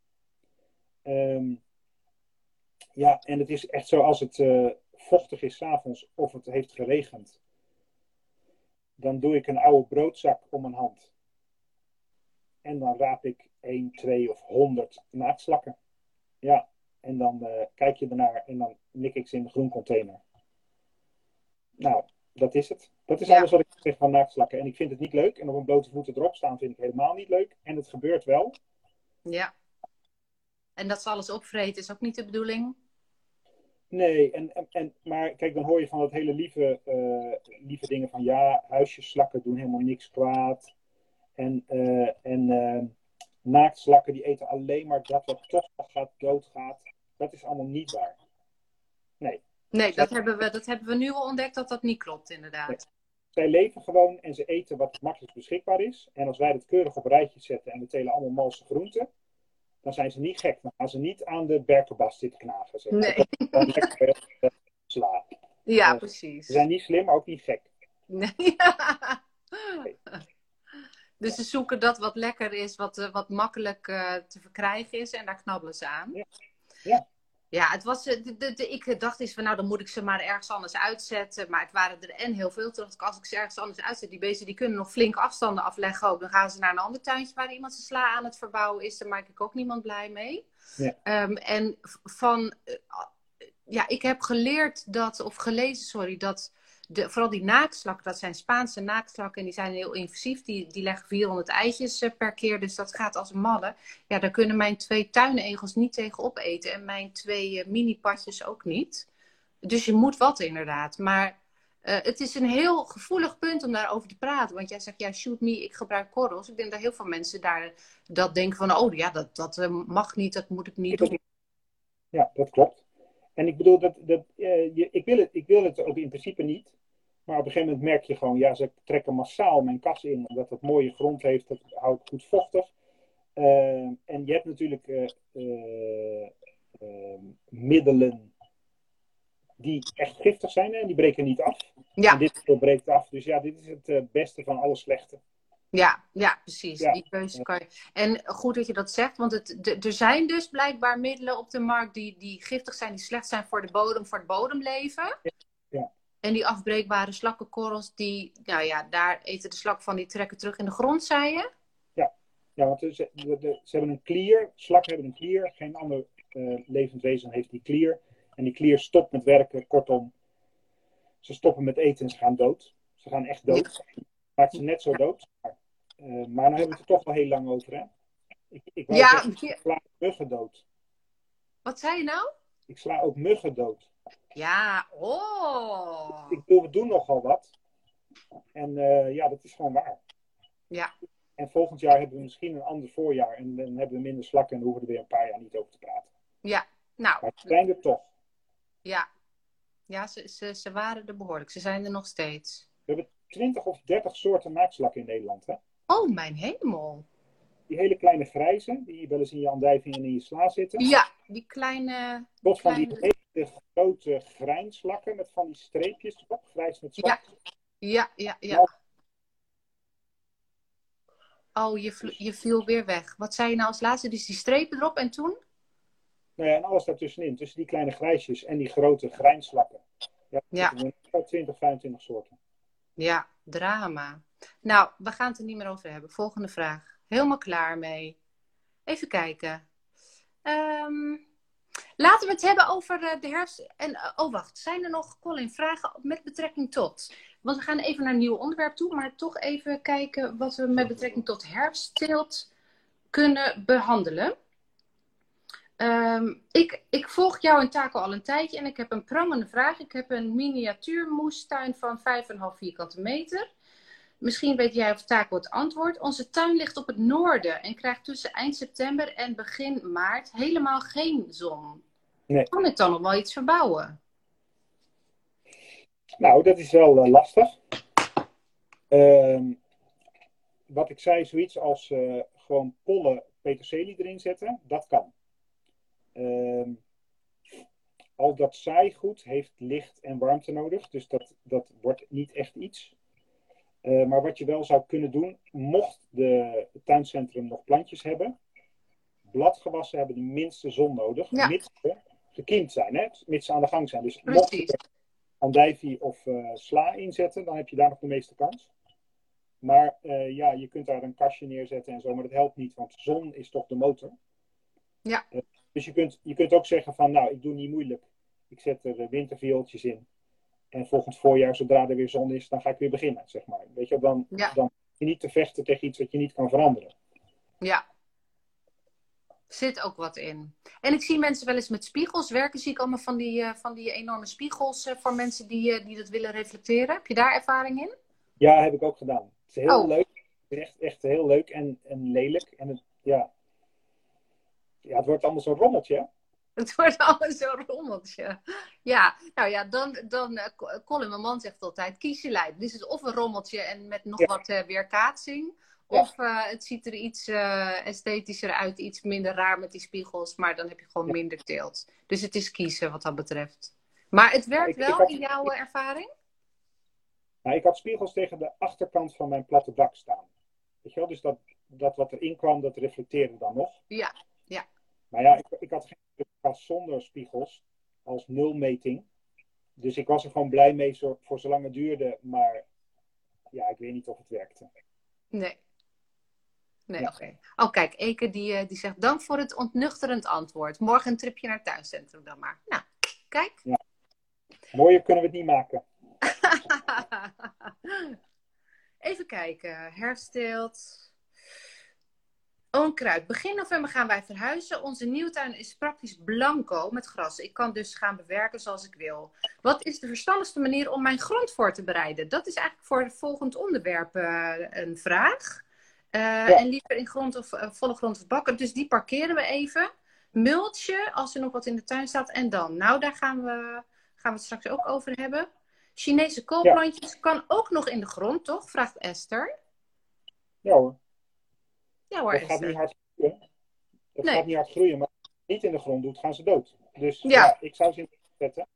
Ja, en het is echt zo als het vochtig is 's avonds of het heeft geregend. Dan doe ik een oude broodzak om mijn hand. En dan raap ik 1, 2 of 100 naaktslakken. Ja, en dan kijk je ernaar en dan mik ik ze in de groencontainer. Nou, dat is het. Dat is Ja. alles wat ik zeg van naaktslakken. En ik vind het niet leuk. En op een blote voeten erop staan vind ik helemaal niet leuk. En het gebeurt wel. ja. En dat ze alles opvreten is ook niet de bedoeling? Nee, maar kijk, dan hoor je van dat hele lieve dingen van ja, huisjesslakken doen helemaal niks kwaad. En naaktslakken die eten alleen maar dat wat toch nog doodgaat. Dat is allemaal niet waar. Nee. Nee, dat hebben we nu al ontdekt dat dat niet klopt, inderdaad. Zij leven gewoon en ze eten wat het makkelijkst beschikbaar is. En als wij dat keurig op rijtjes zetten en we telen allemaal malse groenten, dan zijn ze niet gek. Dan gaan ze niet aan de berkenbast zitten knagen. Zeg. Nee. Dan lekker sla. Ja, precies. Ze zijn niet slim, maar ook niet gek. Nee. Dus ze zoeken dat wat lekker is, wat makkelijk te verkrijgen is en daar knabbelen ze aan. Ja. Ja, het was, ik dacht eens van nou, dan moet ik ze maar ergens anders uitzetten. Maar het waren er en heel veel. Toen dacht ik, als ik ze ergens anders uitzet, die beesten die kunnen nog flink afstanden afleggen ook. Dan gaan ze naar een ander tuintje waar iemand zijn sla aan het verbouwen is. Daar maak ik ook niemand blij mee. Ja. Ik heb geleerd dat vooral die naaktslakken, dat zijn Spaanse naaktslakken en die zijn heel invasief. Die leggen 400 eitjes per keer, dus dat gaat als een malle. Ja, daar kunnen mijn 2 tuinegels niet tegen opeten en mijn 2 mini-patjes ook niet. Dus je moet wat inderdaad. Maar het is een heel gevoelig punt om daarover te praten. Want jij zegt, ja, shoot me, ik gebruik korrels. Ik denk dat heel veel mensen dat denken van, oh ja, dat mag niet, dat moet ik niet doen. Ja, dat klopt. En ik bedoel, ik wil het ook in principe niet. Maar op een gegeven moment merk je gewoon, ja, ze trekken massaal mijn kas in. Omdat het mooie grond heeft, dat houdt goed vochtig. En je hebt natuurlijk middelen die echt giftig zijn. En die breken niet af. Ja. En dit breekt af. Dus ja, dit is het beste van alle slechte. Ja, precies. Ja. Die keuze kan je. En goed dat je dat zegt, want er zijn dus blijkbaar middelen op de markt die giftig zijn, die slecht zijn voor het bodemleven. Ja. En die afbreekbare slakkenkorrels, daar eten de slak van, die trekken terug in de grond, zei je? Ja, want ze hebben een klier, slakken hebben een klier, geen ander levend wezen heeft die klier. En die klier stopt met werken, kortom, ze stoppen met eten en ze gaan dood. Ze gaan echt dood. Ja. Maakt ze net zo dood. Maar dan hebben we het er toch wel heel lang over, hè? Ik sla muggen dood. Wat zei je nou? Ik sla ook muggen dood. Ja, Ik bedoel, we doen nogal wat. En dat is gewoon waar. Ja. En volgend jaar hebben we misschien een ander voorjaar. En dan hebben we minder slakken en dan hoeven we er weer een paar jaar niet over te praten. Ja, nou. Maar ze zijn er toch. Ja. Ja, ze waren er behoorlijk. Ze zijn er nog steeds. We hebben 20 of 30 soorten naaktslakken in Nederland, hè? Oh, mijn hemel. Die hele kleine grijze, die wel eens in je andijving en in je sla zitten. Ja, die kleine... Tot van die hele grote grijnslakken met van die streepjes erop, grijs met zwart. Ja. Oh, je viel weer weg. Wat zei je nou als laatste? Dus die strepen erop en toen? Nou ja, en alles daartussenin. Tussen die kleine grijsjes en die grote grijnslakken. Ja. 20, 25 soorten. Ja, drama. Nou, we gaan het er niet meer over hebben. Volgende vraag. Helemaal klaar mee. Even kijken. Laten we het hebben over de herfst. En, wacht. Zijn er nog, Colin, vragen met betrekking tot? Want we gaan even naar een nieuw onderwerp toe. Maar toch even kijken wat we met betrekking tot herfstteelt kunnen behandelen. Ik volg jou en Taco al een tijdje. En ik heb een prangende vraag. Ik heb een miniatuur moestuin van 5,5 vierkante meter. Misschien weet jij of Taco het antwoord. Onze tuin ligt op het noorden en krijgt tussen eind september en begin maart helemaal geen zon. Nee. Kan ik dan nog wel iets verbouwen? Nou, dat is wel lastig. Wat ik zei, zoiets als gewoon pollen peterselie erin zetten, dat kan. Al dat zaaigoed heeft licht en warmte nodig, dus dat wordt niet echt iets. Maar wat je wel zou kunnen doen, mocht het tuincentrum nog plantjes hebben, bladgewassen hebben de minste zon nodig, mits ze gekiemd zijn, hè? Mits ze aan de gang zijn. Dus mocht je er andijvie of sla inzetten, dan heb je daar nog de meeste kans. Maar je kunt daar een kastje neerzetten en zo, maar dat helpt niet, want zon is toch de motor. Ja. Dus je kunt ook zeggen van, nou, ik doe niet moeilijk. Ik zet er winterviooltjes in. En volgend voorjaar, zodra er weer zon is, dan ga ik weer beginnen, zeg maar. Weet je, dan je niet te vechten tegen iets wat je niet kan veranderen. Ja. Zit ook wat in. En ik zie mensen wel eens met spiegels werken. Zie ik allemaal van die enorme spiegels voor mensen die dat willen reflecteren. Heb je daar ervaring in? Ja, heb ik ook gedaan. Het is heel leuk. vind het echt heel leuk en lelijk. En het wordt allemaal zo'n rommeltje, hè? Het wordt allemaal zo'n rommeltje. Ja, nou ja, Colin, mijn man zegt altijd, kies je lijn. Dus het is of een rommeltje en met nog wat weerkaatsing. Ja. Of het ziet er iets esthetischer uit, iets minder raar met die spiegels. Maar dan heb je gewoon minder teelt. Dus het is kiezen wat dat betreft. Maar het werkt wel in jouw ervaring? Nou, ik had spiegels tegen de achterkant van mijn platte dak staan. Weet je wel? Dus dat wat erin kwam, dat reflecteerde dan nog. Ja. Maar ja, ik had geen kast zonder spiegels als nulmeting. Dus ik was er gewoon blij mee voor zolang het duurde. Maar ja, ik weet niet of het werkte. Nee, Ja. oké. Oh, kijk, Eke die zegt, dank voor het ontnuchterend antwoord. Morgen een tripje naar het tuincentrum dan maar. Nou, kijk. Ja. Mooier kunnen we het niet maken. Even kijken. Herfstteelt. Onkruid. Begin november gaan wij verhuizen. Onze nieuwtuin is praktisch blanco met gras. Ik kan dus gaan bewerken zoals ik wil. Wat is de verstandigste manier om mijn grond voor te bereiden? Dat is eigenlijk voor het volgende onderwerp een vraag. En liever in grond of volle grond of bakken. Dus die parkeren we even. Multje, als er nog wat in de tuin staat. En dan? Nou, daar gaan we het straks ook over hebben. Chinese koolplantjes kan ook nog in de grond, toch? Vraagt Esther. Ja hoor. Ja hoor, Dat Esther. gaat niet hard groeien. Dat Nee. gaat niet hard groeien, maar als je het niet in de grond doet, gaan ze dood. Dus Ja. ik zou ze in de grond zetten.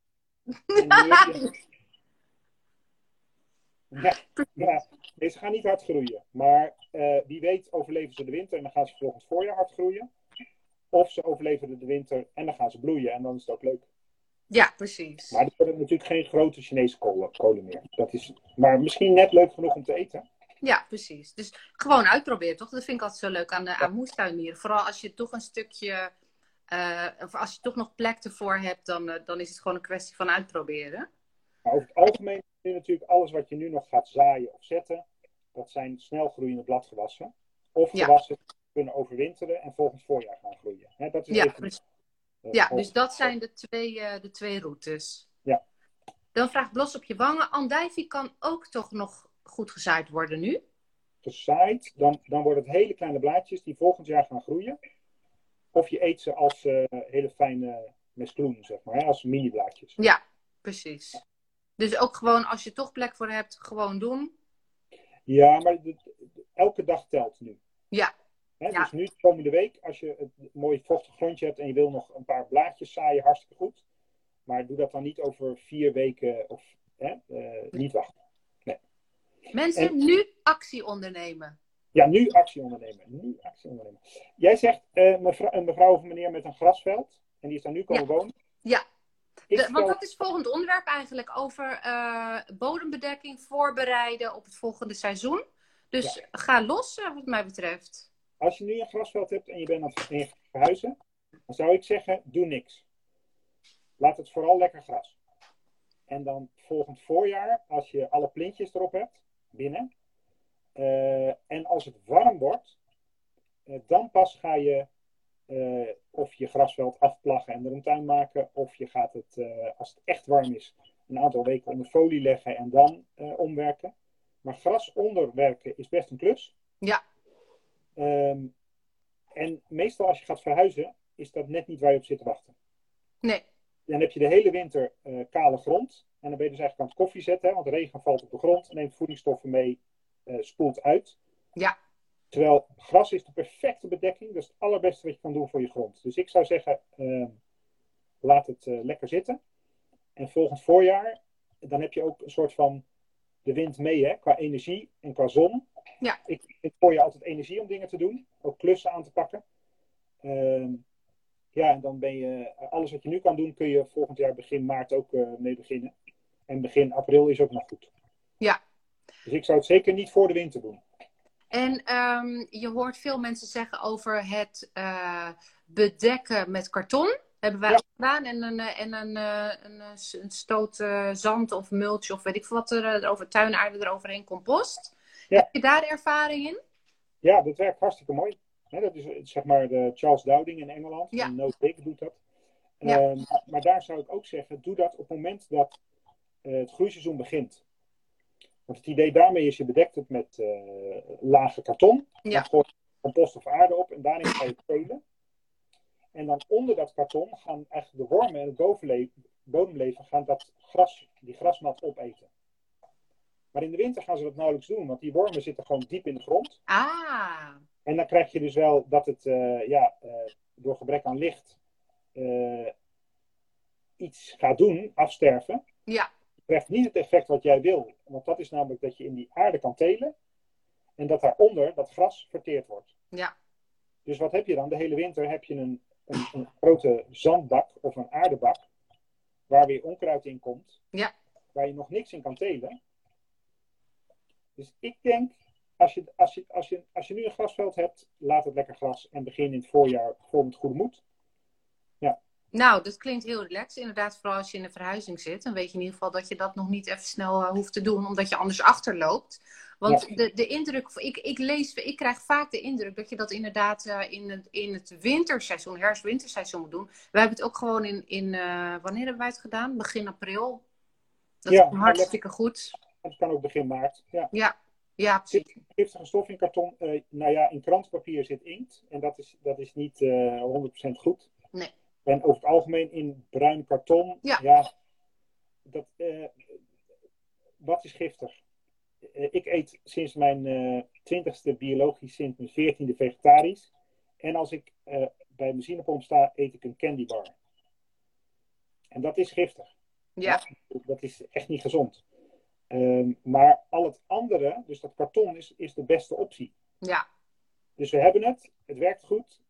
Nee, ze gaan niet hard groeien. Maar wie weet overleven ze de winter en dan gaan ze volgend voorjaar hard groeien. Of ze overleven de winter en dan gaan ze bloeien en dan is het ook leuk. Ja, precies. Maar er worden natuurlijk geen grote Chinese kolen meer. Dat is, maar misschien net leuk genoeg om te eten. Ja, precies. Dus gewoon uitproberen, toch? Dat vind ik altijd zo leuk aan moestuinieren. Vooral als je toch een stukje, of als je toch nog plek ervoor hebt, dan is het gewoon een kwestie van uitproberen. Maar over het algemeen is natuurlijk alles wat je nu nog gaat zaaien of zetten, dat zijn snelgroeiende bladgewassen. Of gewassen die kunnen overwinteren en volgend voorjaar gaan groeien. Hè, dat is precies. Dus dat zijn de twee routes. Ja. Dan vraagt Blos op je wangen. Andijvie kan ook toch nog goed gezaaid worden nu? Gezaaid, dan worden het hele kleine blaadjes die volgend jaar gaan groeien. Of je eet ze als hele fijne mescloen, zeg maar, hè, als mini blaadjes. Ja, precies. Dus ook gewoon als je toch plek voor hebt, gewoon doen. Ja, maar elke dag telt nu. Ja. Hè, dus nu, de komende week, als je een mooi vochtig grondje hebt en je wil nog een paar blaadjes zaaien, hartstikke goed. Maar doe dat dan niet over 4 weken of niet wachten. Nee. Mensen, nu actie ondernemen. Ja, nu actie ondernemen. Jij zegt een mevrouw of een meneer met een grasveld. En die is daar nu komen wonen. Ja. Want dat is het volgende onderwerp eigenlijk. Over bodembedekking voorbereiden op het volgende seizoen. Dus ga los wat mij betreft. Als je nu een grasveld hebt en je bent aan het verhuizen. Dan zou ik zeggen, doe niks. Laat het vooral lekker gras. En dan volgend voorjaar, als je alle plintjes erop hebt, binnen. En als het warm wordt, dan pas ga je of je grasveld afplaggen en er een tuin maken. Of je gaat het, als het echt warm is, een aantal weken onder folie leggen en dan omwerken. Maar gras onderwerken is best een klus. Ja. En meestal als je gaat verhuizen, is dat net niet waar je op zit te wachten. Nee. Dan heb je de hele winter kale grond. En dan ben je dus eigenlijk aan het koffie zetten. Want de regen valt op de grond, neemt voedingsstoffen mee, spoelt uit. Ja. Terwijl gras is de perfecte bedekking. Dat is het allerbeste wat je kan doen voor je grond. Dus ik zou zeggen, laat het lekker zitten. En volgend voorjaar, dan heb je ook een soort van de wind mee, hè, qua energie en qua zon. Ja. Ik gooi je altijd energie om dingen te doen. Ook klussen aan te pakken. En dan ben je, alles wat je nu kan doen, kun je volgend jaar begin maart ook mee beginnen. En begin april is ook nog goed. Ja. Dus ik zou het zeker niet voor de winter doen. En je hoort veel mensen zeggen over het bedekken met karton. Hebben wij ook gedaan. En een stoot zand of mulch of weet ik veel wat over tuinaarde eroverheen, compost. Ja. Heb je daar ervaring in? Ja, dat werkt hartstikke mooi. Dat is zeg maar de Charles Dowding in Engeland. Ja. En No Dig doet dat. Ja. Maar daar zou ik ook zeggen, doe dat op het moment dat het groeiseizoen begint. Want het idee daarmee is, je bedekt het met lage karton. Ja. Dan gooi je compost of aarde op en daarin ga je telen. En dan onder dat karton gaan eigenlijk de wormen en het bodemleven gaan die grasmat opeten. Maar in de winter gaan ze dat nauwelijks doen, want die wormen zitten gewoon diep in de grond. Ah. En dan krijg je dus wel dat het door gebrek aan licht iets gaat doen, afsterven. Ja. Je krijgt niet het effect wat jij wil. Want dat is namelijk dat je in die aarde kan telen. En dat daaronder dat gras verteerd wordt. Ja. Dus wat heb je dan? De hele winter heb je een grote zandbak of een aardebak. Waar weer onkruid in komt. Ja. Waar je nog niks in kan telen. Dus ik denk, als je nu een grasveld hebt, laat het lekker gras en begin in het voorjaar vol met goede moed. Ja. Nou, dat klinkt heel relaxed. Inderdaad, vooral als je in een verhuizing zit. Dan weet je in ieder geval dat je dat nog niet even snel hoeft te doen. Omdat je anders achterloopt. Want de indruk, ik krijg vaak de indruk dat je dat inderdaad in het winterseizoen, herfst-winterseizoen moet doen. Wij hebben het ook gewoon wanneer hebben wij het gedaan? Begin april. Dat is hartstikke goed. Het kan ook begin maart. Ja, precies. Er zit giftige stof in karton. In krantenpapier zit inkt. En dat is niet 100% goed. Nee. En over het algemeen in bruin karton. Wat is giftig? Ik eet sinds mijn 20ste biologisch, sinds mijn 14e vegetarisch. En als ik bij mijn Sinepomp sta, eet ik een candy bar. En dat is giftig. Ja. Dat is echt niet gezond. Maar al het andere, dus dat karton, is de beste optie. Ja. Dus we hebben het. Het werkt goed.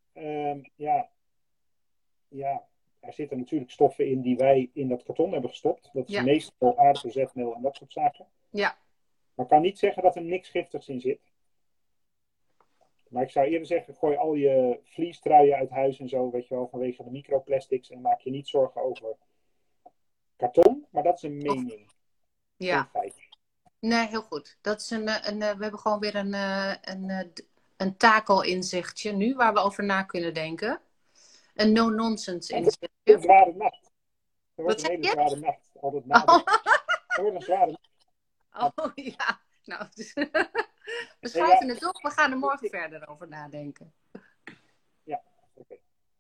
Er zitten natuurlijk stoffen in die wij in dat karton hebben gestopt. Dat is meestal aardappelzetmeel en dat soort zaken. Ja. Maar ik kan niet zeggen dat er niks giftigs in zit. Maar ik zou eerder zeggen, gooi al je vliestruien uit huis en zo, weet je wel, vanwege de microplastics. En maak je niet zorgen over karton. Maar dat is een mening. Ja. Een feit. Nee, heel goed. Dat is we hebben gewoon weer een takelinzichtje nu, waar we over na kunnen denken. Een no-nonsense inzichtje. Een zware nacht. Er wordt Wat een hele zeg je? zware nacht. Altijd nadenken. Er wordt een zware nacht. Oh ja, nou. We schrijven het op, we gaan er morgen verder over nadenken. Ja, oké.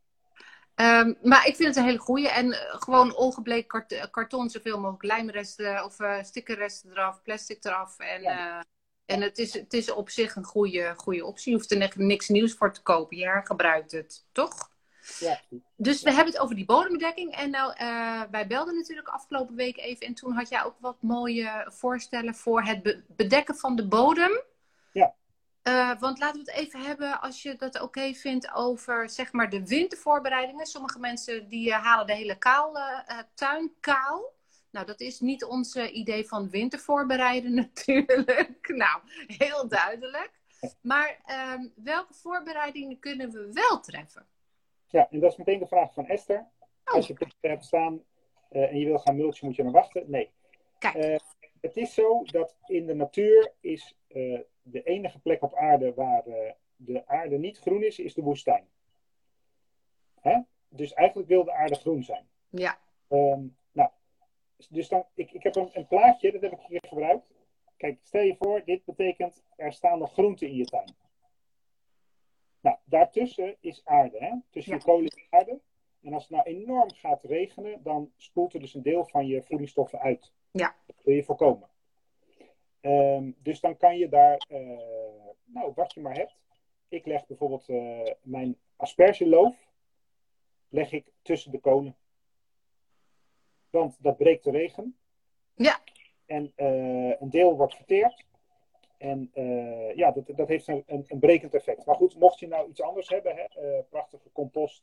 Maar ik vind het een hele goeie. En gewoon ongebleekt karton, zoveel mogelijk lijmresten of stickerresten eraf, plastic eraf. En het is op zich een goede optie. Je hoeft er niks nieuws voor te kopen. Je hergebruikt het, toch? Ja. Dus we hebben het over die bodembedekking. En nou, wij belden natuurlijk afgelopen week even. En toen had jij ook wat mooie voorstellen voor het bedekken van de bodem. Ja. Want laten we het even hebben, als je dat oké vindt, over zeg maar de wintervoorbereidingen. Sommige mensen die halen de hele tuin kaal. Nou, dat is niet ons idee van wintervoorbereiden natuurlijk. Nou, heel duidelijk. Maar welke voorbereidingen kunnen we wel treffen? Ja, en dat is meteen de vraag van Esther. Als je planten hebt staan en je wil gaan mulchen, moet je dan wachten? Nee. Kijk. Het is zo dat in de natuur is de enige plek op aarde waar de aarde niet groen is de woestijn. Hè? Dus eigenlijk wil de aarde groen zijn. Ja. Dus dan, ik heb een plaatje, dat heb ik hier gebruikt. Kijk, stel je voor, dit betekent er staan nog groenten in je tuin. Nou, daartussen is aarde, hè? Tussen je kolen en aarde. En als het nou enorm gaat regenen, dan spoelt er dus een deel van je voedingsstoffen uit. Ja. Dat wil je voorkomen. Dus dan kan je daar, wat je maar hebt. Ik leg bijvoorbeeld mijn aspergeloof leg ik tussen de kolen. Want dat breekt de regen. Ja. En een deel wordt verteerd. En dat heeft een brekend effect. Maar goed, mocht je nou iets anders hebben, prachtige compost,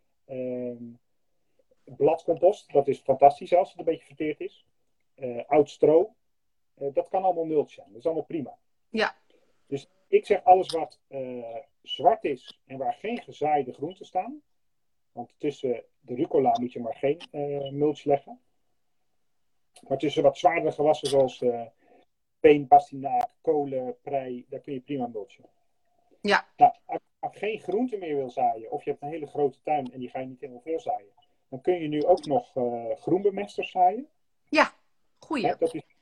bladcompost, dat is fantastisch als het een beetje verteerd is. Oud stro, dat kan allemaal mulch zijn. Dat is allemaal prima. Ja. Dus ik zeg alles wat zwart is en waar geen gezaaide groenten staan. Want tussen de rucola moet je maar geen mulch leggen. Maar tussen wat zwaardere gewassen zoals peen, pastinaak, kolen, prei, daar kun je prima mulchen. Ja. Nou, als je geen groenten meer wil zaaien, of je hebt een hele grote tuin en die ga je niet helemaal vol zaaien, dan kun je nu ook nog groenbemesters zaaien. Ja, goeie. Dat is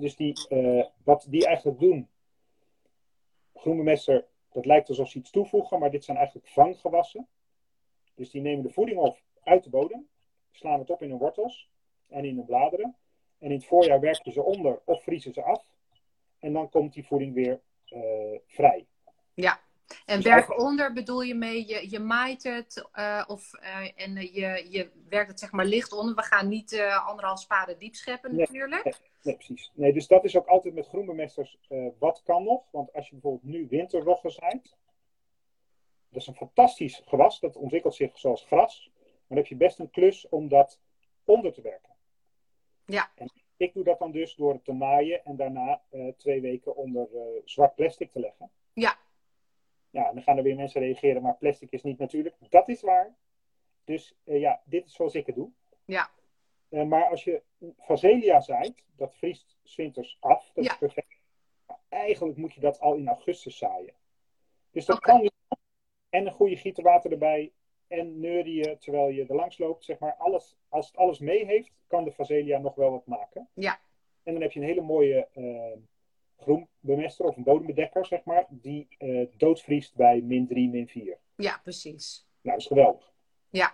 wat die eigenlijk doen, groenbemester, dat lijkt alsof ze iets toevoegen, maar dit zijn eigenlijk vanggewassen. Dus die nemen de voeding op uit de bodem, slaan het op in hun wortels en in hun bladeren. En in het voorjaar werken ze onder of vriezen ze af. En dan komt die voeding weer vrij. Ja, en Dus werk onder bedoel je mee, je maait het en je werkt het zeg maar licht onder. We gaan niet 1,5 spade diep scheppen natuurlijk. Nee, precies. Nee, dus dat is ook altijd met groenbemesters, wat kan nog? Want als je bijvoorbeeld nu winterrogge zaait, dat is een fantastisch gewas, dat ontwikkelt zich zoals gras. Maar dan heb je best een klus om dat onder te werken. Ja. En ik doe dat dan dus door het te maaien en daarna 2 weken onder zwart plastic te leggen. Ja. Ja, en dan gaan er weer mensen reageren, maar plastic is niet natuurlijk. Dat is waar. Dus dit is zoals ik het doe. Ja. Maar als je facelia zaait, dat vriest 's winters af. Dat is perfect. Maar eigenlijk moet je dat al in augustus zaaien. Dus dat kan niet. En een goede gieter water erbij. En neurieën terwijl je er langs loopt. Zeg maar alles, als het alles mee heeft, kan de facelia nog wel wat maken. Ja. En dan heb je een hele mooie groenbemester of een bodembedekker, zeg maar. Die doodvriest bij -3, -4. Ja, precies. Nou, dat is geweldig. Ja.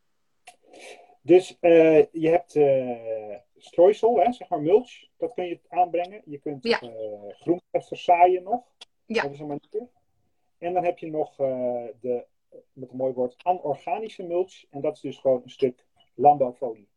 Dus je hebt strooisel, hè, zeg maar mulch. Dat kun je aanbrengen. Je kunt groenbemester zaaien nog. Ja. Dat is een manier. En dan heb je nog met een mooi woord, anorganische mulch. En dat is dus gewoon een stuk landbouwfolie.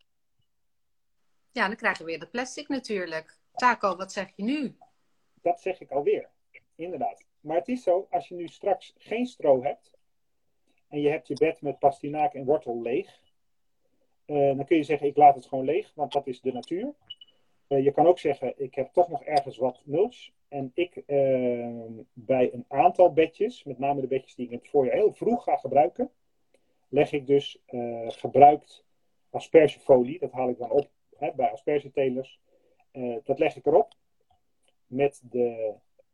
Ja, dan krijgen we weer dat plastic natuurlijk. Taco, wat zeg je nu? Dat zeg ik alweer. Inderdaad. Maar het is zo, als je nu straks geen stro hebt. En je hebt je bed met pastinaak en wortel leeg. Dan kun je zeggen, ik laat het gewoon leeg. Want dat is de natuur. Je kan ook zeggen, ik heb toch nog ergens wat mulch. En ik bij een aantal bedjes, met name de bedjes die ik in het voorjaar heel vroeg ga gebruiken, leg ik dus gebruikt aspergefolie. Dat haal ik dan op bij aspergetelers. Dat leg ik erop met de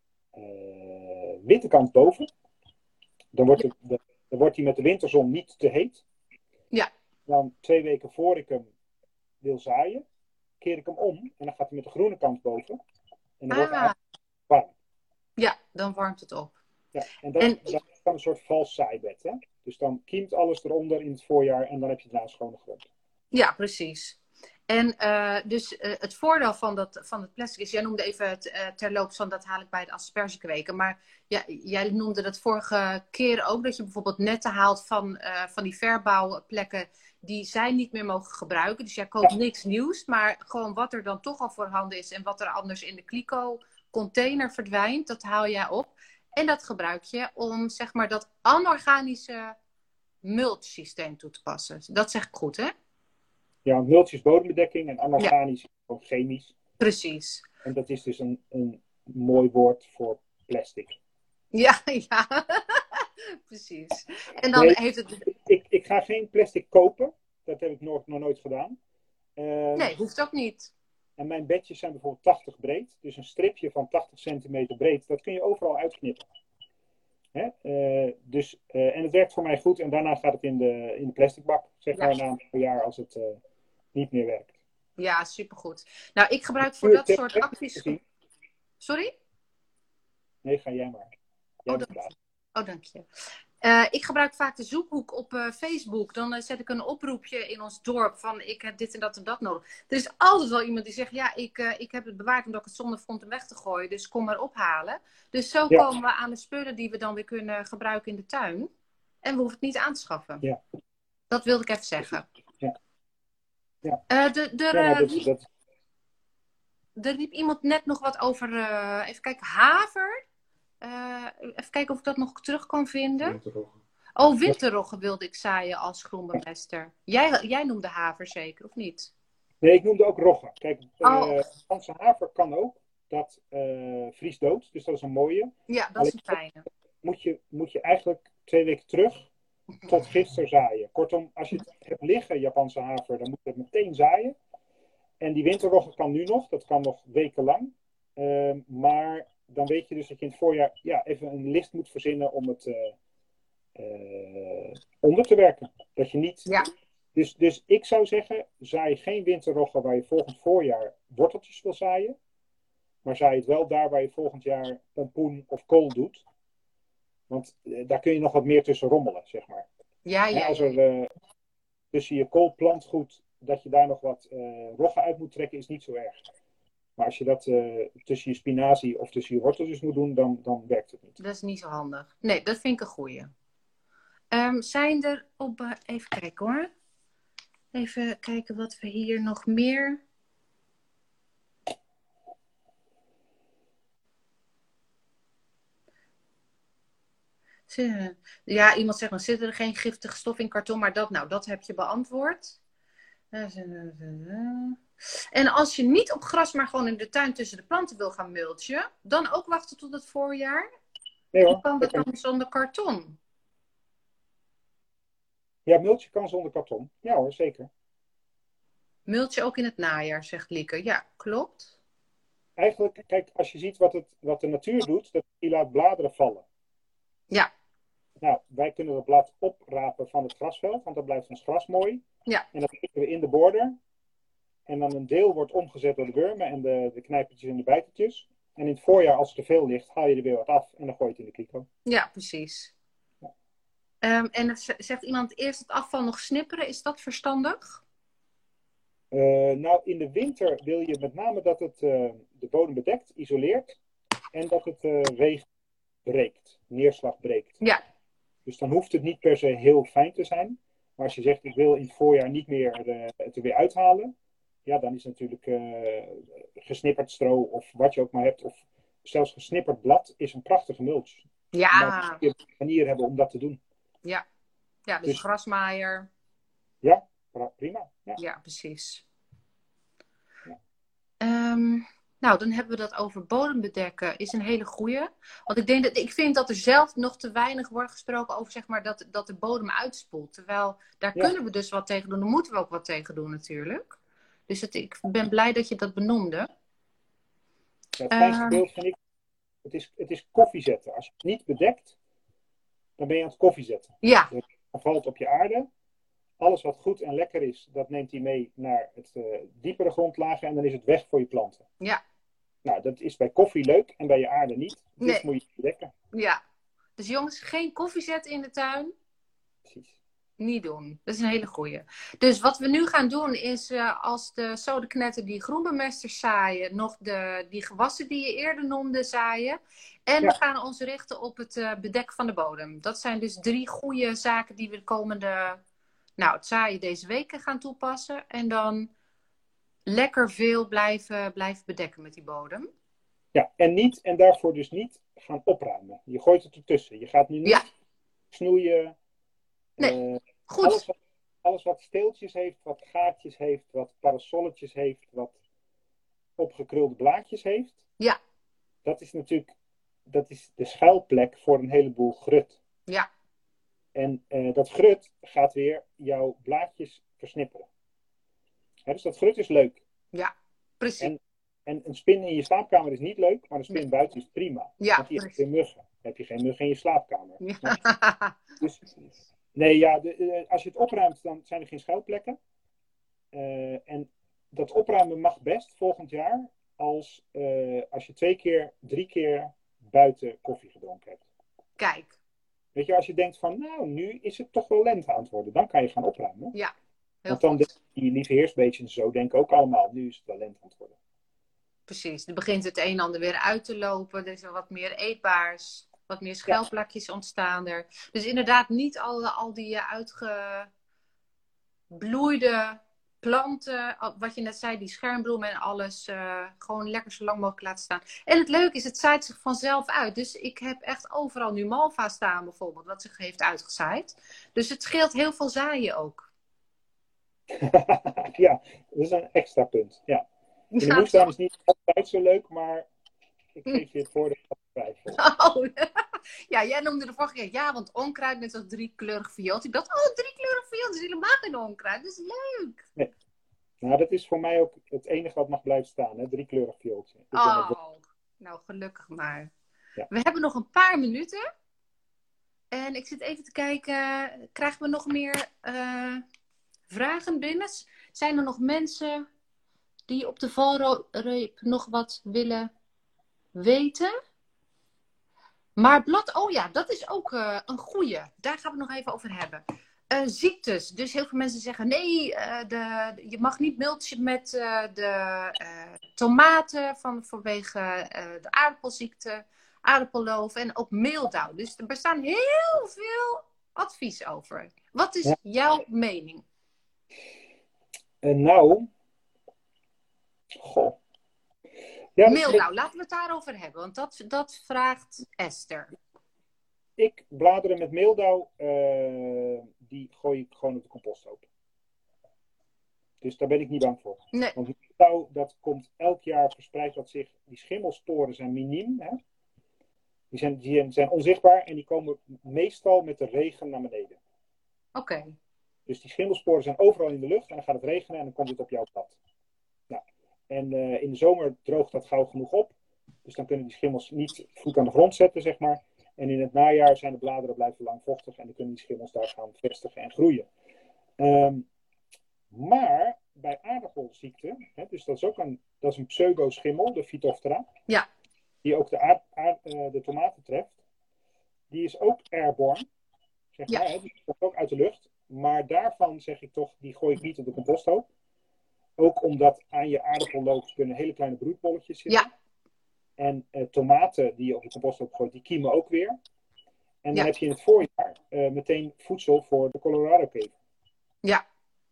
witte kant boven. Dan wordt die met de winterzon niet te heet. Ja. Dan 2 weken voor ik hem wil zaaien, keer ik hem om en dan gaat hij met de groene kant boven. En dan wordt hij warm. Ja, dan warmt het op. Ja, en dat is dan een soort vals zaaibed. Hè? Dus dan kiemt alles eronder in het voorjaar en dan heb je daarna schone grond. Ja, precies. En dus het voordeel van het plastic is, jij noemde even terloops van dat haal ik bij de aspergekweken. Maar jij noemde dat vorige keer ook, dat je bijvoorbeeld netten haalt van die verbouwplekken die zij niet meer mogen gebruiken. Dus jij koopt niks nieuws, maar gewoon wat er dan toch al voorhanden is en wat er anders in de kliko container verdwijnt, dat haal jij op. En dat gebruik je om zeg maar dat anorganische mulch-systeem toe te passen. Dat zeg ik goed, hè? Ja, mulch is bodembedekking en anorganisch is gewoon chemisch. Precies. En dat is dus een mooi woord voor plastic. Ja, precies. En dan heeft het... Ik ga geen plastic kopen. Dat heb ik nog nooit gedaan. Nee, hoeft ook niet. En mijn bedjes zijn bijvoorbeeld 80 breed. Dus een stripje van 80 centimeter breed. Dat kun je overal uitknippen. Hè? En het werkt voor mij goed. En daarna gaat het in de plastic bak. Zeg maar na een paar jaar als het niet meer werkt. Ja, supergoed. Nou, ik gebruik voor dat soort acties... Sorry? Nee, ga jij maar. Dank je. Ik gebruik vaak de zoekhoek op Facebook. Dan zet ik een oproepje in ons dorp van ik heb dit en dat nodig. Er is altijd wel iemand die zegt, ja, ik heb het bewaard omdat ik het zonde vond om weg te gooien. Dus kom maar ophalen. Dus zo komen we aan de spullen die we dan weer kunnen gebruiken in de tuin. En we hoeven het niet aan te schaffen. Ja. Dat wilde ik even zeggen. Ja. Er riep iemand net nog wat over, even kijken, haver. Even kijken of ik dat nog terug kan vinden. Winterrogge. Oh, winterrogge wilde ik zaaien als groenbemester. Jij noemde haver zeker, of niet? Nee, ik noemde ook rogge. Kijk, Franse haver kan ook. Dat vriest dood, dus dat is een mooie. Ja, dat is een fijne. Moet je eigenlijk 2 weken terug tot gisteren zaaien. Kortom, als je het hebt liggen, Japanse haver, dan moet je het meteen zaaien. En die winterrogge kan nu nog, dat kan nog wekenlang. Maar dan weet je dus dat je in het voorjaar even een list moet verzinnen om het onder te werken. Dat je niet... Ja. Dus ik zou zeggen, zaai geen winterrogge waar je volgend voorjaar worteltjes wil zaaien. Maar zaai het wel daar waar je volgend jaar pompoen of kool doet. Want daar kun je nog wat meer tussen rommelen, zeg maar. Als er tussen je koolplantgoed, dat je daar nog wat rogge uit moet trekken, is niet zo erg. Maar als je dat tussen je spinazie of tussen je worteltjes moet doen, dan werkt het niet. Dat is niet zo handig. Nee, dat vind ik een goeie. Zijn er op... even kijken hoor. Even kijken wat we hier nog meer... Ja, iemand zegt dan, zit er geen giftige stof in karton? Maar dat heb je beantwoord. En als je niet op gras, maar gewoon in de tuin tussen de planten wil gaan mulchen, dan ook wachten tot het voorjaar? Nee Hoe hoor. kan dat dan zonder karton? Ja, mulchen kan zonder karton. Ja hoor, zeker. Mulch je ook in het najaar, zegt Lieke. Ja, klopt. Eigenlijk, kijk, als je ziet wat de natuur doet, dat die laat bladeren vallen. Ja. Nou, wij kunnen dat blad oprapen van het grasveld, want dan blijft ons gras mooi. Ja. En dat leggen we in de border. En dan een deel wordt omgezet door de wormen en de knijpertjes en de bijtertjes. En in het voorjaar, als er te veel ligt, haal je er weer wat af en dan gooi je het in de kliko. Ja, precies. Ja. En dan zegt iemand eerst het afval nog snipperen. Is dat verstandig? Nou, in de winter wil je met name dat het de bodem bedekt, isoleert. En dat het regen breekt, neerslag breekt. Ja. Dus dan hoeft het niet per se heel fijn te zijn. Maar als je zegt, ik wil in het voorjaar niet meer het er weer uithalen. Ja, dan is natuurlijk gesnipperd stro of wat je ook maar hebt. Of zelfs gesnipperd blad is een prachtige mulch. Ja. Maar je moet een manier hebben om dat te doen. Ja. Ja, dus grasmaaier. Ja, prima. Ja, precies. Ja. Nou, dan hebben we dat over bodembedekken. Is een hele goeie. Want ik vind dat er zelf nog te weinig wordt gesproken over, zeg maar, dat de bodem uitspoelt. Terwijl, daar kunnen we dus wat tegen doen. Daar moeten we ook wat tegen doen natuurlijk. Dus ik ben blij dat je dat benoemde. Ja, het fijnste beeld vind ik, het is koffie zetten. Als je het niet bedekt, dan ben je aan het koffie zetten. Ja. Dan valt het op je aarde. Alles wat goed en lekker is, dat neemt hij mee naar het diepere grondlagen en dan is het weg voor je planten. Ja. Nou, dat is bij koffie leuk en bij je aarde niet. Dus Nee. moet je het bedekken. Ja. Dus jongens, geen koffie zetten in de tuin. Precies. Niet doen. Dat is een hele goeie. Dus wat we nu gaan doen is, als de sodeknetter die groenbemesters zaaien, nog die gewassen die je eerder noemde zaaien. En we gaan ons richten op het bedekken van de bodem. Dat zijn dus 3 goede zaken die we de komende, het zaaien deze weken gaan toepassen. En dan lekker veel blijven bedekken met die bodem. Ja, en daarvoor dus niet gaan opruimen. Je gooit het ertussen. Je gaat nu niet snoeien. Nee, goed. Alles wat steeltjes heeft, wat gaatjes heeft, wat parasolletjes heeft, wat opgekrulde blaadjes heeft. Ja. Dat is natuurlijk de schuilplek voor een heleboel grut. Ja. En dat grut gaat weer jouw blaadjes versnipperen. Dus dat grut is leuk. Ja, precies. En een spin in je slaapkamer is niet leuk, maar een spin buiten is prima. Ja, want je hebt geen muggen. Dan heb je geen muggen in je slaapkamer. Ja. Dus, nee, ja, als je het opruimt, dan zijn er geen schuilplekken. En dat opruimen mag best volgend jaar als je 2 keer, 3 keer buiten koffie gedronken hebt. Kijk. Weet je, als je denkt van, nou, nu is het toch wel lente aan het worden, dan kan je gaan opruimen. Ja. Want dan die lieve heersbeetjes en zo denken ook allemaal, nu is het wel lente aan het worden. Precies, er begint het een en ander weer uit te lopen. Er is wat meer eetbaars, wat meer schuilplakjes ontstaan er. Dus inderdaad niet al die uitgebloeide planten, wat je net zei, die schermbloemen en alles, gewoon lekker zo lang mogelijk laten staan. En het leuke is, het zaait zich vanzelf uit. Dus ik heb echt overal nu malva staan bijvoorbeeld, wat zich heeft uitgezaaid. Dus het scheelt heel veel zaaien ook. Ja, dat is een extra punt. Ja. In de moestuin is niet altijd zo leuk, maar ik geef je het voordeel van de twijfel. Oh, ja, jij noemde de vorige keer, ja, want onkruid net als 3-kleurig viool. Ik dacht, 3-kleurig viool, dat is helemaal geen onkruid, dat is leuk. Nee. Nou, dat is voor mij ook het enige wat mag blijven staan, hè? 3-kleurig viooltje. Nou, gelukkig maar. Ja. We hebben nog een paar minuten. En ik zit even te kijken, krijgen we nog meer vragen binnen? Zijn er nog mensen die op de valreep nog wat willen weten. Maar oh ja, dat is ook een goeie. Daar gaan we het nog even over hebben. Ziektes. Dus heel veel mensen zeggen, nee, je mag niet mulchen met de tomaten vanwege de aardappelziekte, aardappelloof en ook meeldauw. Dus er bestaan heel veel advies over. Wat is jouw mening? Nou, goh. Ja, Meeldauw, laten we het daarover hebben, want dat vraagt Esther. Bladeren met meeldauw, die gooi ik gewoon op de composthoop. Dus daar ben ik niet bang voor. Nee. Want meeldauw, dat komt elk jaar verspreid dat zich. Die schimmelsporen zijn miniem. Hè? Die zijn onzichtbaar en die komen meestal met de regen naar beneden. Oké. Dus die schimmelsporen zijn overal in de lucht en dan gaat het regenen en dan komt het op jouw pad. Nou, en in de zomer droogt dat gauw genoeg op. Dus dan kunnen die schimmels niet voet aan de grond zetten, zeg maar. En in het najaar zijn de bladeren blijven lang vochtig en dan kunnen die schimmels daar gaan vestigen en groeien. Maar bij aardappelziekte, hè, dus dat is een pseudoschimmel, de Phytophthora. Ja. Die ook de tomaten treft. Die is ook airborne, zeg maar. Hè, die komt ook uit de lucht. Maar daarvan zeg ik toch, die gooi ik niet op de composthoop. Ook omdat aan je aardappelloof kunnen hele kleine broedbolletjes zitten. Ja. En tomaten die je op de composthoop gooit, die kiemen ook weer. En dan heb je in het voorjaar meteen voedsel voor de Colorado-kever. Ja.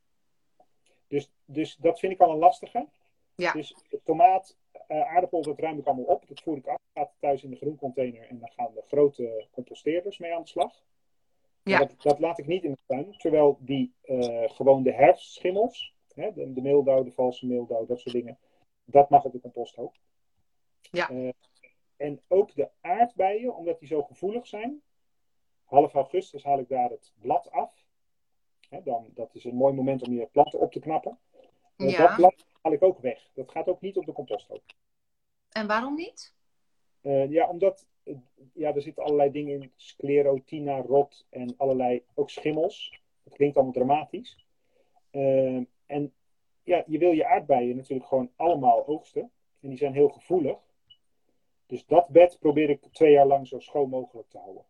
Dus dat vind ik al een lastige. Ja. Dus tomaat, aardappel, dat ruim ik allemaal op. Dat voer ik af, gaat thuis in de groencontainer. En dan gaan de grote composteerders mee aan de slag. Ja. Dat laat ik niet in de tuin. Terwijl gewoon de herfstschimmels, hè, de meeldauw, de valse meeldauw, dat soort dingen. Dat mag op de composthoop. Ja. En ook de aardbeien, omdat die zo gevoelig zijn. Half augustus haal ik daar het blad af. Hè, dat is een mooi moment om je planten op te knappen. Dat blad haal ik ook weg. Dat gaat ook niet op de composthoop. En waarom niet? Omdat er zitten allerlei dingen in. Sclerotina, rot en allerlei, ook schimmels. Dat klinkt allemaal dramatisch. En ja, je wil je aardbeien natuurlijk gewoon allemaal oogsten. En die zijn heel gevoelig. Dus dat bed probeer ik 2 jaar lang zo schoon mogelijk te houden.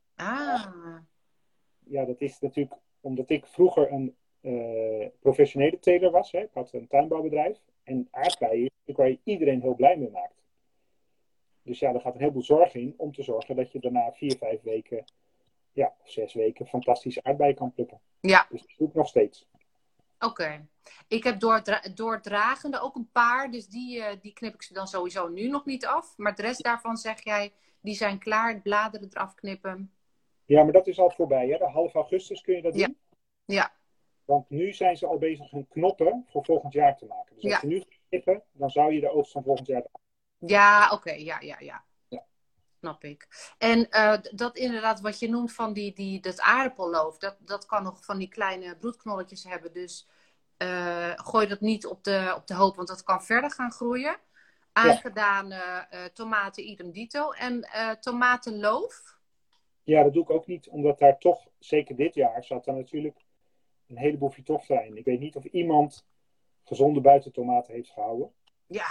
Ja, dat is natuurlijk omdat ik vroeger een professionele teler was. Hè. Ik had een tuinbouwbedrijf. En aardbeien is waar je iedereen heel blij mee maakt. Dus ja, er gaat een heleboel zorg in om te zorgen dat je daarna 4, 5 weken, of 6 weken fantastische aardbeien kan plukken. Ja. Dus dat doe ik nog steeds. Oké. Ik heb doordragende ook een paar, dus die knip ik ze dan sowieso nu nog niet af. Maar de rest daarvan zeg jij, die zijn klaar, bladeren eraf knippen. Ja, maar dat is al voorbij. Hè? De half augustus kun je dat doen. Ja. Want nu zijn ze al bezig hun knoppen voor volgend jaar te maken. Dus als je nu knippen, dan zou je de oogst van volgend jaar... Ja, oké. Ja. Snap ik. En dat inderdaad, wat je noemt van dat aardappelloof, dat kan nog van die kleine broedknolletjes hebben. Dus gooi dat niet op de hoop, want dat kan verder gaan groeien. Aangedane tomaten idem dito. En tomatenloof? Ja, dat doe ik ook niet, omdat daar toch, zeker dit jaar, zat er natuurlijk een heleboel Phytophthora in. Ik weet niet of iemand gezonde buitentomaten heeft gehouden. Ja,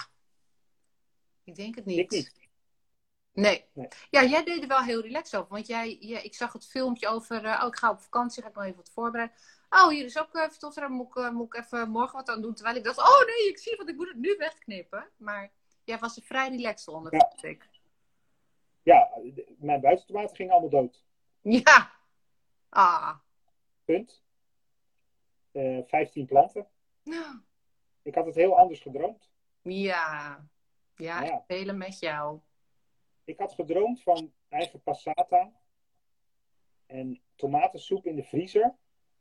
ik denk het niet. Ik niet. Nee. Ja, jij deed er wel heel relaxed over. Want ik zag het filmpje over... ik ga op vakantie, ga ik nog even wat voorbereiden. Oh, hier is ook Phytophthora. Moet ik even morgen wat aan doen. Terwijl ik dacht, oh nee, ik zie, want ik moet het nu wegknippen. Maar jij was er vrij relaxed onder, vond ik. Ja, mijn buitentomaten gingen allemaal dood. Ja. Punt. 15 planten. Ik had het heel anders gedroomd. Ja, ik delen met jou. Ik had gedroomd van eigen passata en tomatensoep in de vriezer.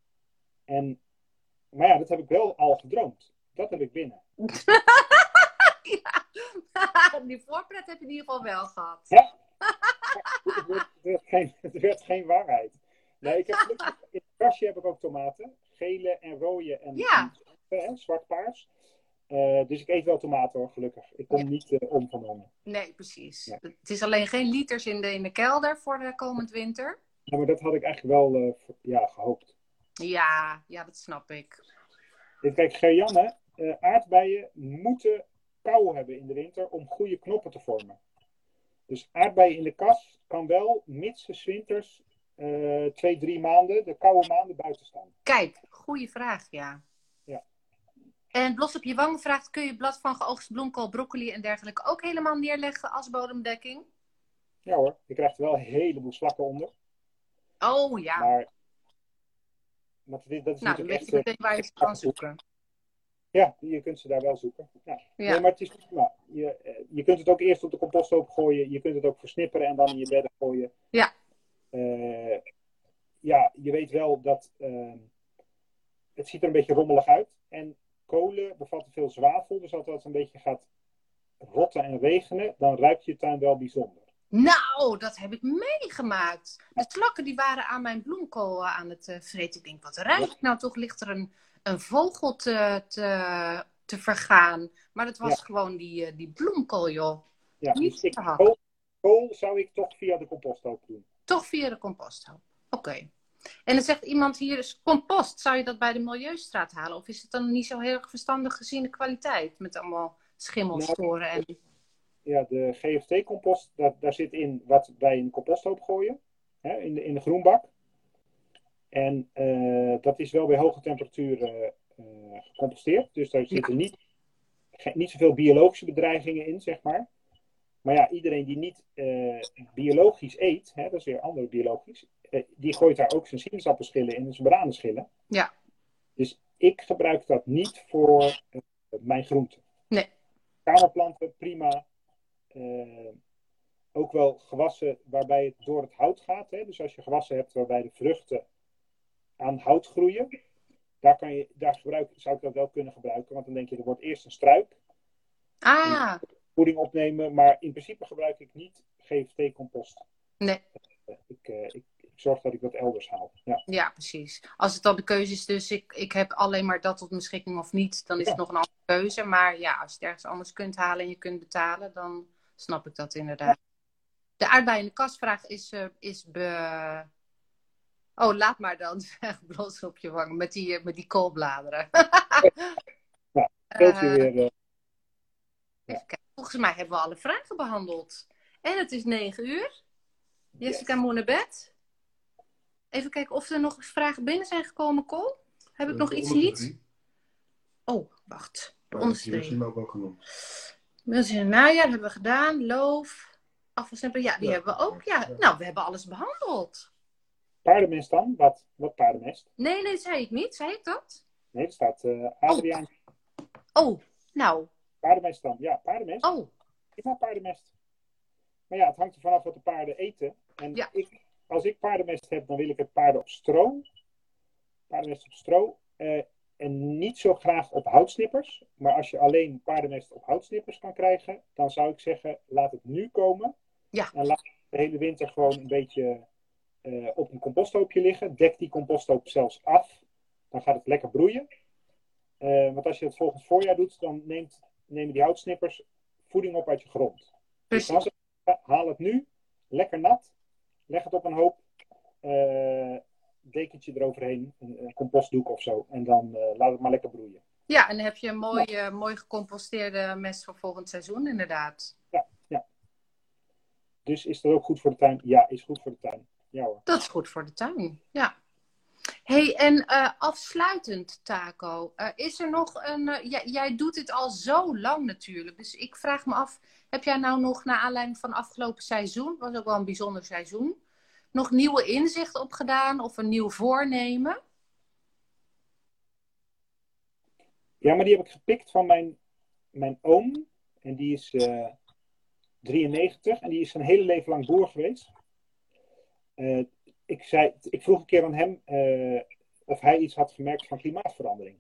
Maar ja, dat heb ik wel al gedroomd. Dat heb ik binnen. Die voorpret heb je in ieder geval wel gehad. Ja. Het werd geen waarheid. Nee, in het kastje heb ik ook tomaten. Gele en rode en zwart-paars. Dus ik eet wel tomaten hoor, gelukkig. Ik kom niet om van honger. Nee, precies. Ja. Het is alleen geen liters in de kelder voor de komend winter. Ja, maar dat had ik eigenlijk wel gehoopt. Ja, dat snap ik. Kijk, Gerjanne, aardbeien moeten kou hebben in de winter om goede knoppen te vormen. Dus aardbeien in de kas kan wel, mits de 's winters 2-3 maanden, de koude maanden buiten staan. Kijk, goede vraag, ja. Ja. En Blos op je wang vraagt, kun je blad van geoogst bloemkool, broccoli en dergelijke ook helemaal neerleggen als bodemdekking? Ja hoor, je krijgt er wel een heleboel slakken onder. Oh ja. Maar dat is Nou, dan natuurlijk weet echt... je meteen waar je ze kan zoeken. Ja, je kunt ze daar wel zoeken. Ja. Ja. Nee, maar het is prima. Je kunt het ook eerst op de composthoop gooien. Je kunt het ook versnipperen en dan in je bedden gooien. Ja. Ja, je weet wel dat het ziet er een beetje rommelig uit. En kolen bevatten veel zwavel. Dus als het een beetje gaat rotten en regenen, dan ruikt je tuin wel bijzonder. Nou, dat heb ik meegemaakt. De slakken die waren aan mijn bloemkool aan het vreten. Ik denk, wat ruikt nou toch? Ligt er een vogel te vergaan. Maar dat was gewoon die bloemkool, joh. Ja, Niet dus te hakken. kool zou ik toch via de composthoop doen. Toch via de composthoop. Oké. En dan zegt iemand hier, dus compost, zou je dat bij de Milieustraat halen? Of is het dan niet zo heel erg verstandig gezien de kwaliteit? Met allemaal schimmelsporen en... Ja, de GFT-compost, daar zit in wat bij een composthoop gooien. Hè, in de groenbak. En dat is wel bij hoge temperaturen gecomposteerd. Dus daar zitten niet zoveel biologische bedreigingen in, zeg maar. Maar ja, iedereen die niet biologisch eet, hè, dat is weer andere biologisch, die gooit daar ook zijn sinaasappelschillen in en zijn bananenschillen. Ja. Dus ik gebruik dat niet voor mijn groenten. Nee. Kamerplanten, prima. Ook wel gewassen waarbij het door het hout gaat. Hè? Dus als je gewassen hebt waarbij de vruchten aan hout groeien, zou ik dat wel kunnen gebruiken. Want dan denk je, er wordt eerst een struik. Ah. Voeding opnemen. Maar in principe gebruik ik niet GFT-compost. Nee. Ik zorg dat ik dat elders haal. Ja, Ja, precies. Als het dan de keuze is, dus ik heb alleen maar dat tot mijn beschikking of niet, dan is het nog een andere keuze. Maar ja, als je het ergens anders kunt halen en je kunt betalen, dan snap ik dat inderdaad. De aardbei in de kastvraag is Oh, laat maar dan, zeg Blos op je wang, met die koolbladeren. speelt je weer... Even kijken. Volgens mij hebben we alle vragen behandeld. En het is 9 uur. Jessica moet naar bed. Even kijken of er nog vragen binnen zijn gekomen, Cole. Heb ik nog iets niet? Oh, wacht. De onderste drie. ook wel genoemd. Najaar hebben we gedaan. Loof. Afvalsnipper. Ja, die hebben we ook. Ja, nou, we hebben alles behandeld. Paardenmest dan? Wat paardenmest? Nee, dat zei ik niet. Zei ik dat? Nee, er staat Adriaan. Oh, nou. Paardenmest dan? Ja, paardenmest. Oh. Ik maak paardenmest. Maar ja, het hangt er vanaf wat de paarden eten. En Ja. Als ik paardenmest heb, dan wil ik het paarden op stro. Paardenmest op stro. En niet zo graag op houtsnippers. Maar als je alleen paardenmest op houtsnippers kan krijgen, dan zou ik zeggen, laat het nu komen. Ja. En laat de hele winter gewoon een beetje op een composthoopje liggen. Dek die composthoop zelfs af. Dan gaat het lekker broeien. Want als je het volgend voorjaar doet, dan nemen die houtsnippers voeding op uit je grond. Dus dan haal het nu, lekker nat. Leg het op een hoop. Dekentje eroverheen, een compostdoek of zo. En dan laat het maar lekker broeien. Ja, en dan heb je een mooi gecomposteerde mest voor volgend seizoen, inderdaad. Ja. Dus is dat ook goed voor de tuin? Ja, is goed voor de tuin. Ja hoor. Dat is goed voor de tuin, ja. Hey, en afsluitend, Taco. Is er nog een... jij doet dit al zo lang natuurlijk. Dus ik vraag me af, heb jij nou nog, naar aanleiding van afgelopen seizoen, was ook wel een bijzonder seizoen, nog nieuwe inzichten opgedaan of een nieuw voornemen? Ja, maar die heb ik gepikt van mijn oom. En die is 93 en die is zijn hele leven lang boer geweest. Ik vroeg een keer aan hem of hij iets had gemerkt van klimaatverandering.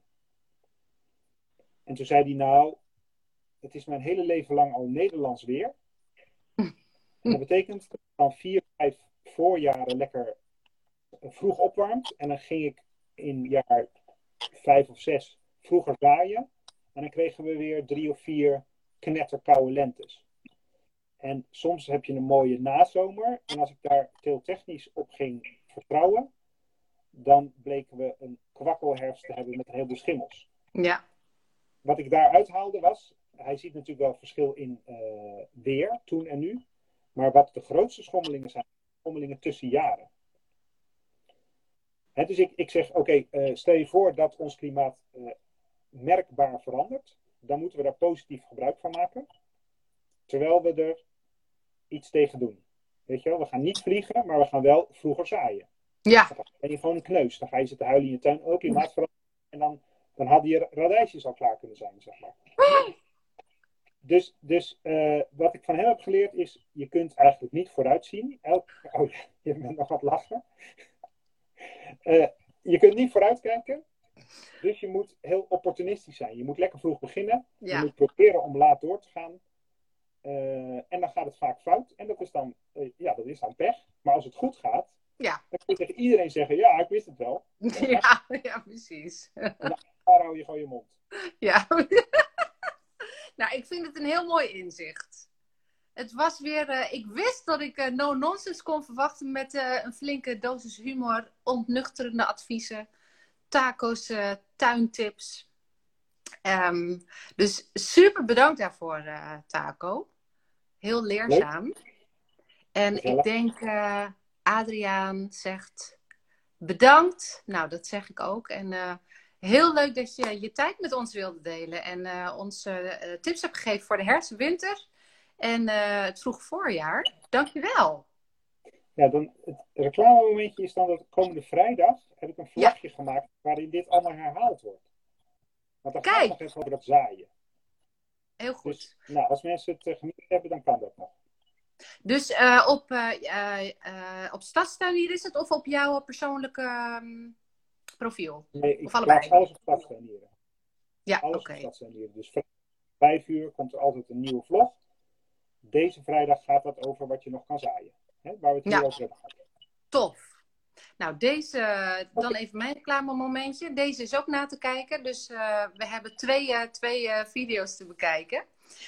En toen zei hij, nou, het is mijn hele leven lang al Nederlands weer. En dat betekent dat het dan 4, 5 voorjaren lekker vroeg opwarmt. En dan ging ik in jaar 5 of 6 vroeger zaaien. En dan kregen we weer 3 of 4 knetterkoude lentes. En soms heb je een mooie nazomer. En als ik daar teeltechnisch op ging vertrouwen, dan bleken we een kwakkelherfst te hebben met een heleboel schimmels. Ja. Wat ik daaruit haalde was, hij ziet natuurlijk wel verschil in weer, toen en nu. Maar wat de grootste schommelingen zijn, schommelingen tussen jaren. Dus ik zeg, oké, stel je voor dat ons klimaat merkbaar verandert. Dan moeten we daar positief gebruik van maken. Terwijl we er iets tegen doen. Weet je wel, we gaan niet vliegen, maar we gaan wel vroeger zaaien. Ja. Dan ben je gewoon een kneus. Dan ga je zitten huilen in je tuin. Ook klimaatverandering. En dan hadden je radijsjes al klaar kunnen zijn, zeg maar. Dus wat ik van hem heb geleerd is, je kunt eigenlijk niet vooruitzien. Oh ja, je bent nog aan het lachen. Je kunt niet vooruitkijken. Dus je moet heel opportunistisch zijn. Je moet lekker vroeg beginnen. Ja. Je moet proberen om laat door te gaan. En dan gaat het vaak fout. En dat is dan pech. Maar als het goed gaat, Ja. dan kun je tegen iedereen zeggen, ja, ik wist het wel. Ja, precies. En dan hou je gewoon je mond. Ja. Nou, ik vind het een heel mooi inzicht. Het was weer, ik wist dat ik no nonsense kon verwachten met een flinke dosis humor, ontnuchterende adviezen, Taco's tuintips. Dus super bedankt daarvoor, Taco. Heel leerzaam. Leuk. En Gezellig. ik denk, Adriaan zegt bedankt. Nou, dat zeg ik ook. En heel leuk dat je je tijd met ons wilde delen. En ons tips hebt gegeven voor de herfst, winter en het vroege voorjaar. Dankjewel. Ja, dan het reclamemomentje is dan dat komende vrijdag heb ik een vlagje gemaakt waarin dit allemaal herhaald wordt. Want dan gaat het nog even over dat zaaien. Heel goed. Dus als mensen het genieten hebben, dan kan dat nog. Dus op Stadstuinier is het of op jouw persoonlijke profiel? Nee, ik Of allebei? plaats alles op Stadstuinieren. Ja, Alles oké. op Stadstuinieren. Dus 5 uur komt er altijd een nieuwe vlog. Deze vrijdag gaat dat over wat je nog kan zaaien. Hè, waar we het hier over hebben gehad. Tof. Nou, deze, dan even mijn reclamemomentje. Deze is ook na te kijken. Dus we hebben twee video's te bekijken.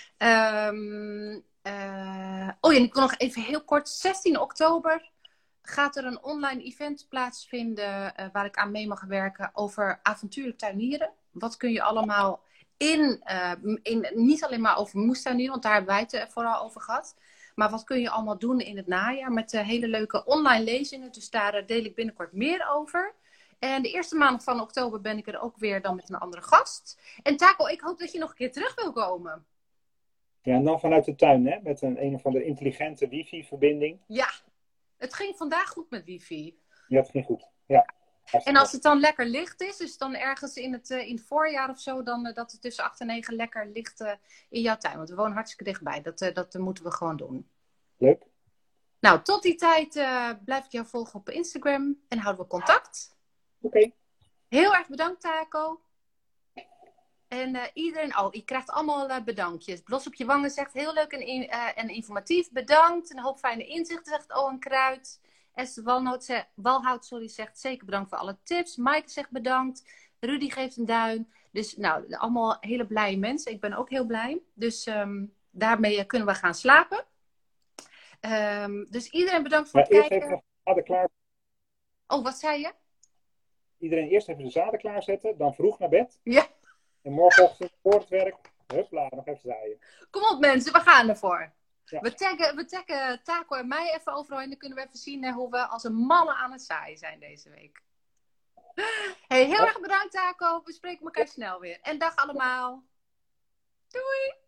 Oh ja, en ik wil nog even heel kort. 16 oktober gaat er een online event plaatsvinden waar ik aan mee mag werken over avontuurlijk tuinieren. Wat kun je allemaal niet alleen maar over moestuinieren, want daar hebben wij het vooral over gehad. Maar wat kun je allemaal doen in het najaar met hele leuke online lezingen. Dus daar deel ik binnenkort meer over. En de eerste maand van oktober ben ik er ook weer dan met een andere gast. En Taco, ik hoop dat je nog een keer terug wil komen. Ja, en dan vanuit de tuin, hè? Met een of andere intelligente wifi-verbinding. Ja, het ging vandaag goed met wifi. Ja, dat ging goed. Ja. En als het dan lekker licht is, dus dan ergens in het voorjaar of zo, dan dat het tussen 8 en 9 lekker ligt in jouw tuin. Want we wonen hartstikke dichtbij. Dat moeten we gewoon doen. Leuk. Nou, tot die tijd blijf ik jou volgen op Instagram en houden we contact. Oké. Heel erg bedankt, Taco. En iedereen, je krijgt allemaal bedankjes. Blos op je wangen zegt heel leuk en informatief. Bedankt. Een hoop fijne inzichten, zegt Owen Kruid. Esther Walhout zegt zeker bedankt voor alle tips. Maaike zegt bedankt. Rudy geeft een duim. Dus nou, allemaal hele blije mensen. Ik ben ook heel blij. Dus daarmee kunnen we gaan slapen. Dus iedereen bedankt voor het kijken. Even de zaden klaar. Oh, wat zei je? Iedereen eerst even de zaden klaarzetten. Dan vroeg naar bed. Ja. En morgenochtend voor het werk. Hupla, nog even zaaien. Kom op mensen, we gaan ervoor. Ja. We taggen Taco en mij even overal en dan kunnen we even zien hoe we als een mannen aan het zaaien zijn deze week. Hey, heel erg bedankt Taco. We spreken elkaar snel weer. En dag allemaal. Doei!